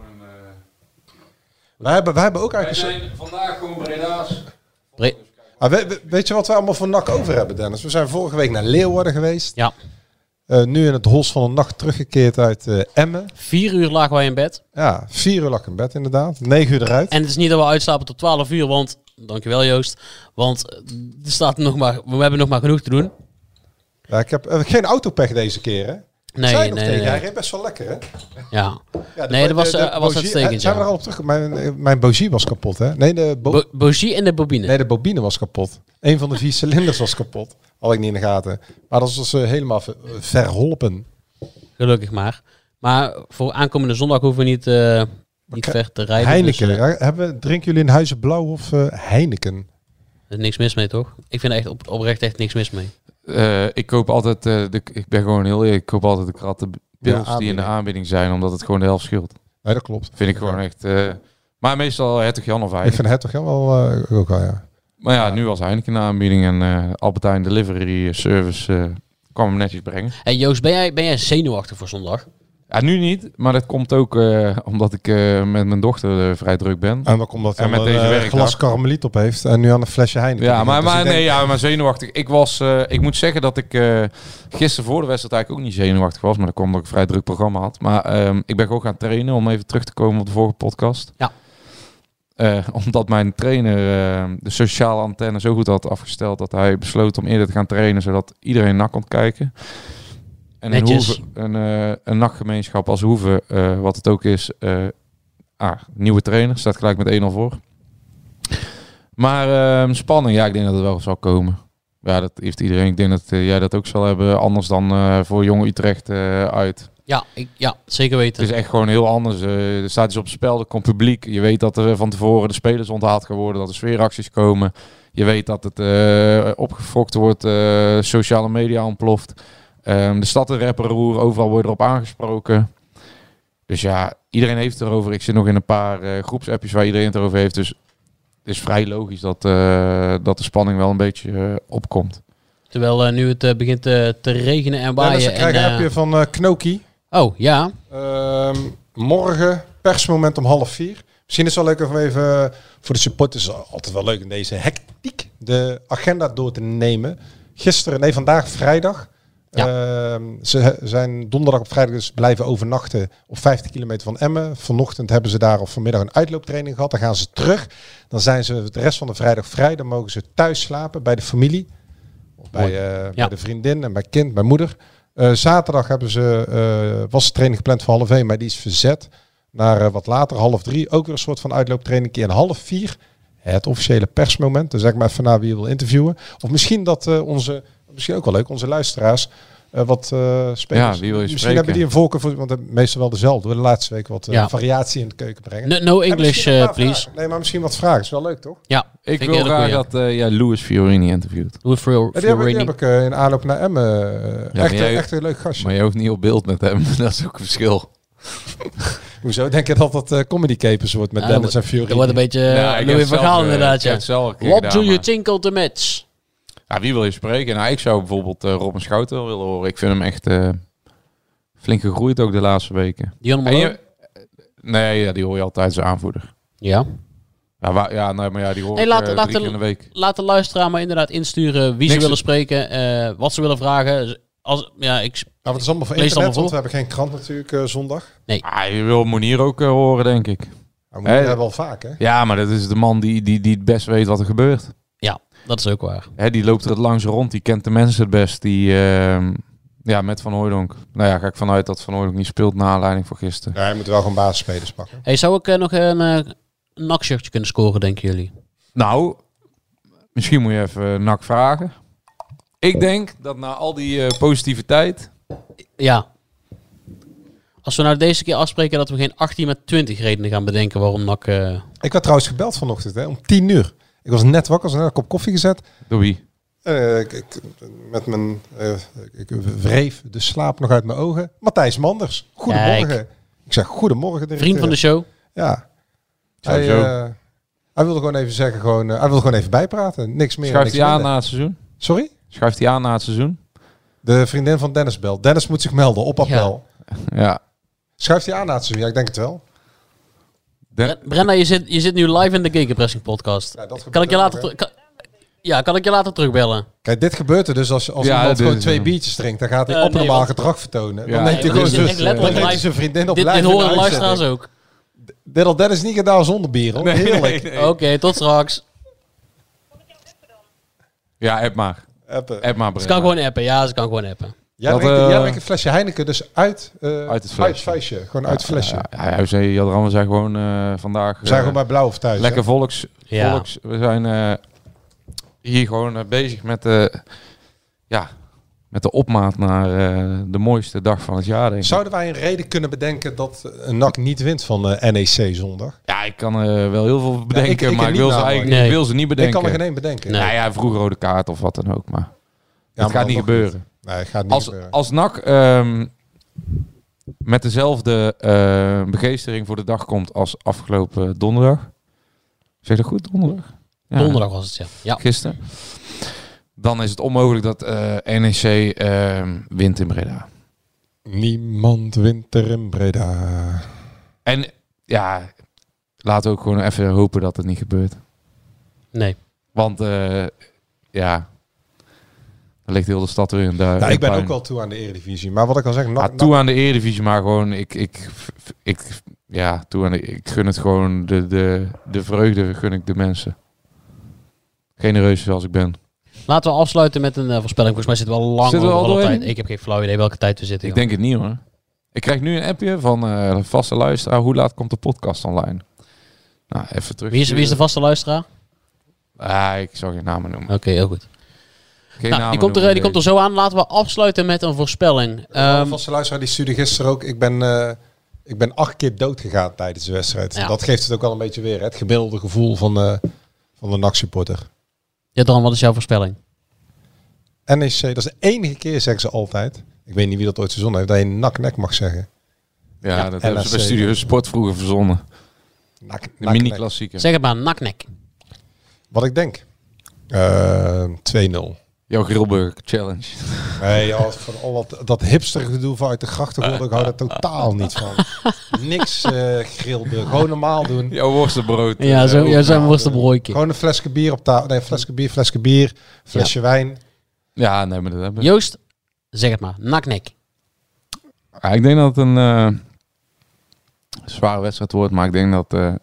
Wij hebben, wij hebben ook eigenlijk... zijn vandaag gewoon Breda's. Bre- Ah, we- we- weet je wat we allemaal voor N A C over hebben, Dennis? We zijn vorige week naar Leeuwarden geweest. Ja. Uh, nu in het Hols van de Nacht teruggekeerd uit uh, Emmen. Vier uur lagen wij in bed. Ja, vier uur lag ik in bed inderdaad. Negen uur eruit. En het is niet dat we uitslapen tot twaalf uur, want... Dankjewel Joost. Want er staat nog maar, we hebben nog maar genoeg te doen. Ja, ik heb uh, geen autopech deze keer, hè? Nee, Zei nee, nog nee. tegen. nee. Hij reed best wel lekker, hè? Ja. Ja, de Nee, bo- dat was, de- de eh, was Bogie- uitstekend, eh, Zijn we ja. er al op terug? Mijn, eh, mijn Bogie was kapot, hè? Nee, de, bo- Bo- Bogie en de bobine. nee, de bobine was kapot. Een van de vier cilinders was kapot. Had ik niet in de gaten. Maar dat was dus, uh, helemaal ver- verholpen. Gelukkig maar. Maar voor aankomende zondag hoeven we niet, eh, niet ver te rijden. Heineken. Dus, eh, ja, hebben, drinken jullie in Huizen Blauw of uh, Heineken? er is niks mis mee, toch? Ik vind er echt op, oprecht echt niks mis mee. Uh, ik koop altijd, uh, de, ik ben gewoon heel eerlijk, ik koop altijd de krattenpils ja, die in de aanbieding zijn, omdat het gewoon de helft scheelt. Nee, dat klopt. Vind ik gewoon ja. echt... Uh, maar meestal Hertog Jan of Heineken. Ik vind Hertog Jan wel uh, ook wel, ja. Maar ja, ja, nu was Heineken in de aanbieding en uh, Albert Heijn Delivery Service uh, kwam hem netjes brengen. Hey Joost, ben jij, ben jij zenuwachtig voor zondag? Ja, nu niet, maar dat komt ook uh, omdat ik uh, met mijn dochter uh, vrij druk ben. En dan komt dat hij met een deze uh, glas karameliet op heeft en nu aan een flesje Heineken. Ja, maar, dus maar, denk... nee, ja, maar zenuwachtig. Ik, was, uh, ik moet zeggen dat ik uh, gisteren voor de wedstrijd eigenlijk ook niet zenuwachtig was, maar dat kwam omdat ik een vrij druk programma had. Maar um, ik ben gewoon gaan trainen, om even terug te komen op de vorige podcast. Ja. Uh, omdat mijn trainer uh, de sociale antenne zo goed had afgesteld dat hij besloot om eerder te gaan trainen, zodat iedereen naar kon kijken. En een, Hoeve, een, uh, een nachtgemeenschap als Hoeve, uh, wat het ook is, uh, ah, nieuwe trainer, staat gelijk met één nul voor. Maar uh, spanning, ja, ik denk dat het wel zal komen. Ja, dat heeft iedereen. Ik denk dat uh, jij dat ook zal hebben, anders dan uh, voor Jong Utrecht uh, uit. Ja, ik, ja, zeker weten. Het is echt gewoon heel anders. Uh, er staat iets op het spel, er komt publiek. Je weet dat er van tevoren de spelers onthaald gaan worden, dat er sfeeracties komen. Je weet dat het uh, opgefokt wordt, uh, sociale media ontploft. Um, de stad een rapperroer, overal wordt erop aangesproken. Dus ja, iedereen heeft het erover. Ik zit nog in een paar uh, groepsappjes waar iedereen het erover heeft. Dus het is vrij logisch dat, uh, dat de spanning wel een beetje uh, opkomt. Terwijl uh, nu het uh, begint uh, te regenen en waaien. Ja, dus krijg een uh... appje van uh, Knoki. Oh, ja. Um, morgen persmoment om half vier. Misschien is het wel leuk om even uh, voor de supporters, altijd wel leuk in deze hectiek, de agenda door te nemen. Gisteren, nee vandaag vrijdag. Ja. Uh, ze zijn donderdag op vrijdag dus blijven overnachten op vijftig kilometer van Emmen. Vanochtend hebben ze daar of vanmiddag een uitlooptraining gehad. Dan gaan ze terug. Dan zijn ze de rest van de vrijdag vrij. Dan mogen ze thuis slapen bij de familie. Of bij, uh, ja. bij de vriendin en bij kind, bij moeder. Uh, zaterdag hebben ze, uh, was de training gepland voor half één, maar die is verzet naar uh, wat later, half drie. Ook weer een soort van uitlooptraining. En half vier, het officiële persmoment. Dan zeg ik maar even naar wie je wil interviewen. Of misschien dat uh, onze... Misschien ook wel leuk, onze luisteraars, uh, wat uh, spelers. Ja, wie wil je misschien spreken? hebben die een voorkeur voor, want het meestal wel dezelfde. We de laatste week wat uh, ja. variatie in de keuken brengen. No, no English, uh, please. Vragen. Nee, maar misschien wat vragen. Is wel leuk, toch? Ja, ik wil graag dat uh, ja, Louis Fiorini interviewt. Louis Fiorini. Ja, die heb ik, die heb ik uh, in aanloop naar Emmen. Uh, ja, echt, jij, echt een leuk gastje. Maar je hoeft niet op beeld met hem. Dat is ook een verschil. Hoezo? Denk je dat dat uh, comedy capers wordt met ja, Dennis en Fiorini? Dat wordt een beetje uh, ja, Louis van Gaal inderdaad. Ja. What do you think of the match? Ja, wie wil je spreken? Nou, ik zou bijvoorbeeld uh, Robin Schouten wel willen horen. Ik vind hem echt uh, flink gegroeid ook de laatste weken. Dion je, Nee, ja, die hoor je altijd als aanvoerder. Ja? Ja, waar, ja nee, maar ja, die hoor nee, ik laat, uh, laat drie de, keer in de week. Laat de luisteraar maar inderdaad insturen wie Niks ze willen spreken, uh, wat ze willen vragen. Als, ja, ik nou, het is allemaal voor internet, want we hebben geen krant natuurlijk uh, zondag. Nee. Ah, je wil Monier ook uh, horen, denk ik. Nou, Monier hebben wel vaak, hè? Ja, maar dat is de man die, die, die het best weet wat er gebeurt. Ja, dat is ook waar. Hè, die loopt er het langs rond, die kent de mensen het best. Die, uh, ja, met Van Hooijdonk. Nou ja, ga ik vanuit dat Van Hooijdonk niet speelt na aanleiding van gisteren. Ja, je moet wel gewoon basisspelers pakken. Hey, zou ik uh, nog een, uh, een N A C-shirtje kunnen scoren, denken jullie? Nou, misschien moet je even N A C vragen. Ik denk dat na al die uh, positiviteit... Ja. Als we nou deze keer afspreken dat we geen achttien met twintig redenen gaan bedenken waarom N A C... Uh... Ik werd trouwens gebeld vanochtend, hè, om tien uur. Ik was net wakker, was net een kop koffie gezet. Door wie? Uh, ik, ik, met mijn... Uh, ik wreef de slaap nog uit mijn ogen. Matthijs Manders. Goedemorgen. Kijk. Ik zeg goedemorgen. Directeur. Vriend van de show. Ja. Hij, uh, hij wilde gewoon even zeggen, gewoon, uh, hij wilde gewoon even bijpraten. Niks meer. Schuift niks hij aan minder. na het seizoen? Sorry? Schuift hij aan na het seizoen? De vriendin van Dennis belt. Dennis moet zich melden op appel. Ja. ja. Schuift hij aan na het seizoen? Ja, ik denk het wel. De... Brenna, je zit, je zit nu live in de Gegenpressing podcast. Ja, kan ik je later... Ter... Kan... Ja, kan ik je later terugbellen? Kijk, dit gebeurt er dus als, als ja, iemand gewoon twee biertjes drinkt. Dan gaat hij uh, abnormaal nee, gedrag vertonen. Ja. Dan neemt hij gewoon zijn uh, vriendin op dit, live. Dit horen luisteraars ook. Dit al Dennis niet gedaan zonder bier, hoor. Nee, heerlijk. Nee, nee. Oké, okay, tot straks. Ja, app maar. Appen. App maar. Ze kan gewoon appen. Ja, ze kan gewoon appen. Jij dat, drinkt, uh, jij drinkt een flesje Heineken dus uit, uh, uit het flesje. Uit flesje. Gewoon uit het flesje. Ja, ja, ja, zei, Jadran, we zijn gewoon uh, vandaag... We zijn uh, gewoon bij Blauw of thuis. Lekker hè? volks, ja. volks. We zijn uh, hier gewoon uh, bezig met, uh, ja, met de opmaat naar uh, de mooiste dag van het jaar, denk ik. Zouden wij een reden kunnen bedenken dat een N A C niet wint van uh, N E C zondag? Ja, ik kan uh, wel heel veel bedenken, ja, ik, ik maar ik wil, ze eigenlijk, nee. ik wil ze niet bedenken. Ik kan er geen één bedenken. Nee. Nou ja, vroeg rode kaart of wat dan ook, maar... dat gaat niet nog gebeuren. Niet. Nee, het gaat niet als, gebeuren. Als N A C um, met dezelfde uh, begeestering voor de dag komt als afgelopen donderdag. Zeg je dat goed, donderdag? Ja. Donderdag was het, ja. ja. Gisteren. Dan is het onmogelijk dat uh, N E C uh, wint in Breda. Niemand wint er in Breda. En ja, laten we ook gewoon even hopen dat het niet gebeurt. Nee. Want uh, ja, dan ligt heel de stad weer in de nou, ik ben ook wel toe aan de Eredivisie. Maar wat ik al zeg... Ja, toe aan de Eredivisie, maar gewoon... Ik, ik, ik, ja, toe aan de, ik gun het gewoon... De, de, de vreugde gun ik de mensen. Genereus zoals ik ben. Laten we afsluiten met een uh, voorspelling. Volgens mij zitten we al lang zitten we over al alle tijd. Ik heb geen flauw idee welke tijd we zitten. Ik joh. denk het niet hoor. Ik krijg nu een appje van uh, een vaste luisteraar. Hoe laat komt de podcast online? Nou, even terug. Wie is, wie is de vaste luisteraar? Ah, ik zal geen namen noemen. Oké, okay, heel goed. Geen nou, die, komt er, die komt er zo aan. Laten we afsluiten met een voorspelling. Um, um, vaste luisteraar die stuurde gisteren ook. Ik ben, uh, ik ben acht keer dood gegaan tijdens de wedstrijd. Ja. Dat geeft het ook wel een beetje weer. Hè? Het gemiddelde gevoel van, uh, van de N A C-supporter. Ja, dan, wat is jouw voorspelling? N E C, dat is de enige keer, zeggen ze altijd. Ik weet niet wie dat ooit verzonnen heeft, dat je N A C-nek mag zeggen. Ja, ja dat hebben ze bij Studio Sport vroeger verzonnen. Nak, de mini-klassieker. Zeg het maar, naknek. Wat ik denk? Uh, twee nul. Jouw Grillburger Challenge. Nee, al, van al wat, dat hipster gedoe vanuit de grachten, ik hou er totaal niet van. Niks uh, Grillburger, gewoon normaal doen. Jouw worstenbrood. Ja, zo, ja, zo'n worstenbroodje. Gewoon een flesje bier op tafel. Nee, flesje bier, flesje bier, flesje ja. wijn. Ja, nee, maar dat hebben we. Joost, zeg het maar, naknek. Ja, ik denk dat het een uh, zware wedstrijd wordt, maar ik denk dat uh,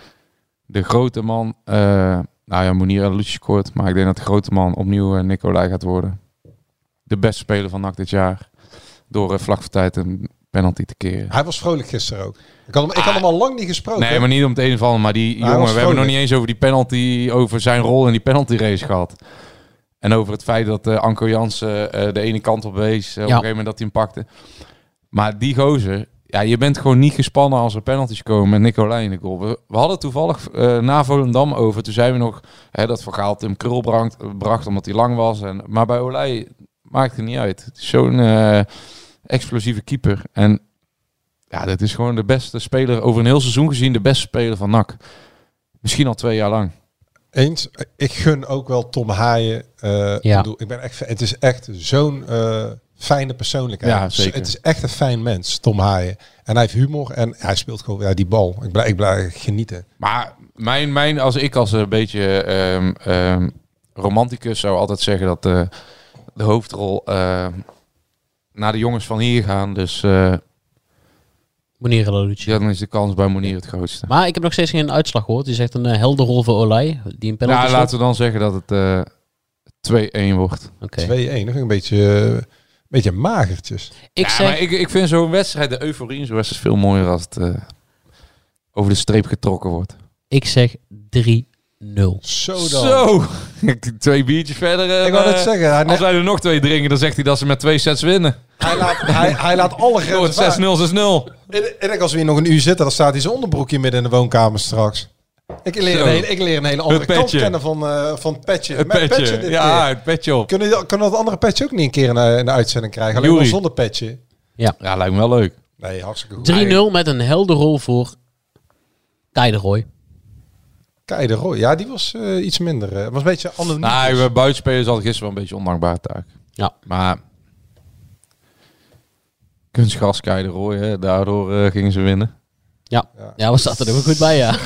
de grote man... Uh, Nou ja, Mounir El Alouchi scoort. Maar ik denk dat de grote man opnieuw uh, Nicolai gaat worden. De beste speler van N A C dit jaar. Door uh, vlak voor tijd een penalty te keren. Hij was vrolijk gisteren ook. Ik had hem, ik had hem al lang niet gesproken. Nee, maar niet om het een of ander. Maar die nou, jongen, we hebben nog niet eens over die penalty, over zijn rol in die penalty race gehad. En over het feit dat uh, Anko Jansen uh, de ene kant op wees. Uh, ja. Op een gegeven moment dat hij hem pakte. Maar die gozer... Ja, je bent gewoon niet gespannen als er penalties komen met Nicolai in de goal. We, we hadden toevallig uh, na Volendam over. Toen zeiden we nog hè, dat Van Gaal Tim Krul bracht, bracht omdat hij lang was. En, maar bij Olij maakt het niet uit. Het is zo'n uh, explosieve keeper. En ja, dat is gewoon de beste speler, over een heel seizoen gezien, de beste speler van N A C. Misschien al twee jaar lang. Eens. Ik gun ook wel Tom Haaien. Uh, ja. Ik, bedoel, ik ben echt, het is echt zo'n... Uh, fijne persoonlijkheid. Ja, zeker. Het is echt een fijn mens, Tom Haaien. En hij heeft humor en hij speelt gewoon ja, die bal. Ik blijf, ik blijf genieten. Maar mijn, mijn, als ik als een beetje um, um, romanticus zou altijd zeggen dat de, de hoofdrol uh, naar de jongens van hier gaan. Dus uh, Mounir El Alouchi. Ja, dan is de kans bij Mounir het grootste. Maar ik heb nog steeds geen uitslag gehoord. Die zegt een uh, helder rol voor Olij. Die een penalty. Ja, laten we dan zeggen dat het uh, twee-een wordt. Okay. twee-een, nog een beetje... Uh, Beetje magertjes. Ik, ja, zeg... maar ik, ik vind zo'n wedstrijd, de euforie in zo'n wedstrijd veel mooier als het uh, over de streep getrokken wordt. Ik zeg drie nul. Zo dan. Zo. Twee biertjes verder. Uh, ik wou het zeggen. Hij als wij er nog twee drinken, dan zegt hij dat ze met twee sets winnen. Hij laat, hij, hij laat alle grenzen zes nul, zes nul. En ik als we hier nog een uur zitten, dan staat hij zijn onderbroekje midden in de woonkamer straks. Ik leer, een hele, ik leer een hele andere kant kennen van, uh, van het petje. Het petje, petje dit ja, keer. Het petje op. Kunnen we dat andere petje ook niet een keer in de, in de uitzending krijgen? Alleen wel zonder petje. Ja. Ja, lijkt me wel leuk. Nee, hartstikke goed. drie nul met een helder rol voor Kai de Roy. Kai de Roy, ja, die was uh, iets minder. Uh, was een beetje anoniem. Nou, we buitenspelers hadden gisteren wel een beetje ondankbare taak. Ja. Maar kunstgras Kai de Roy, hè, daardoor uh, gingen ze winnen. Ja, ja, ja we zaten er wel goed bij, ja.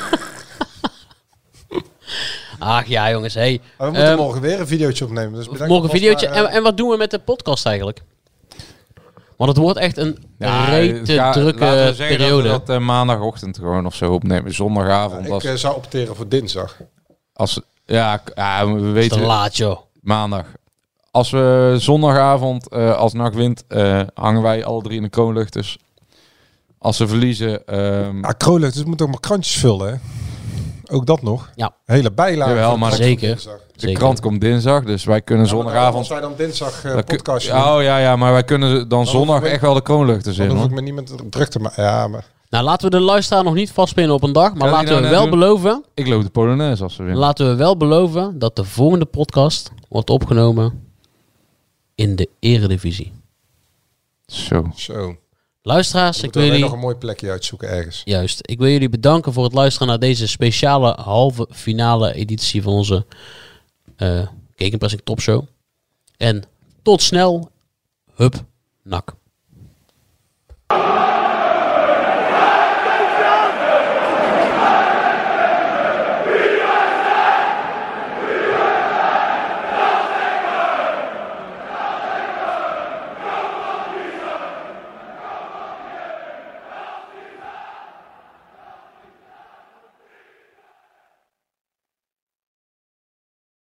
Ach ja, jongens. Hey. Maar we moeten um, morgen weer een videootje opnemen. Dus morgen een videootje. Maar, uh, en, en wat doen we met de podcast eigenlijk? Want het wordt echt een ja, rete ga, drukke periode. Dat we dat uh, maandagochtend gewoon of zo opnemen. Zondagavond. Ja, ik als, uh, zou opteren voor dinsdag. Als, ja, ja, we weten... Te laat, joh. Maandag. Als we zondagavond uh, als N A C wint, uh, hangen wij alle drie in de kroonluchters. Als ze verliezen... Um, ja, kroonluchters moeten ook maar krantjes vullen, hè? Ook dat nog. Ja. Hele bijlage. Jawel, maar zeker. De zeker. krant komt dinsdag, dus wij kunnen ja, zondagavond... Als wij dan dinsdag uh, podcast doen. Oh ja, ja, maar wij kunnen dan, dan zondag echt wel de kroonluchters in. Dan hoef hoor. ik me niet met druk te maken. Ja, maar... Nou, laten we de luisteraar nog niet vastpinnen op een dag, maar laten nou we wel doen? beloven... Ik loop de Polonaise als we winnen. Laten we wel beloven dat de volgende podcast wordt opgenomen in de Eredivisie. Zo. Zo. Luisteraars, ik wil jullie... nog een mooi plekje uitzoeken ergens. Juist. Ik wil jullie bedanken voor het luisteren naar deze speciale halve finale editie van onze uh, Gegenpressing Topshow. En tot snel. Hup, nak.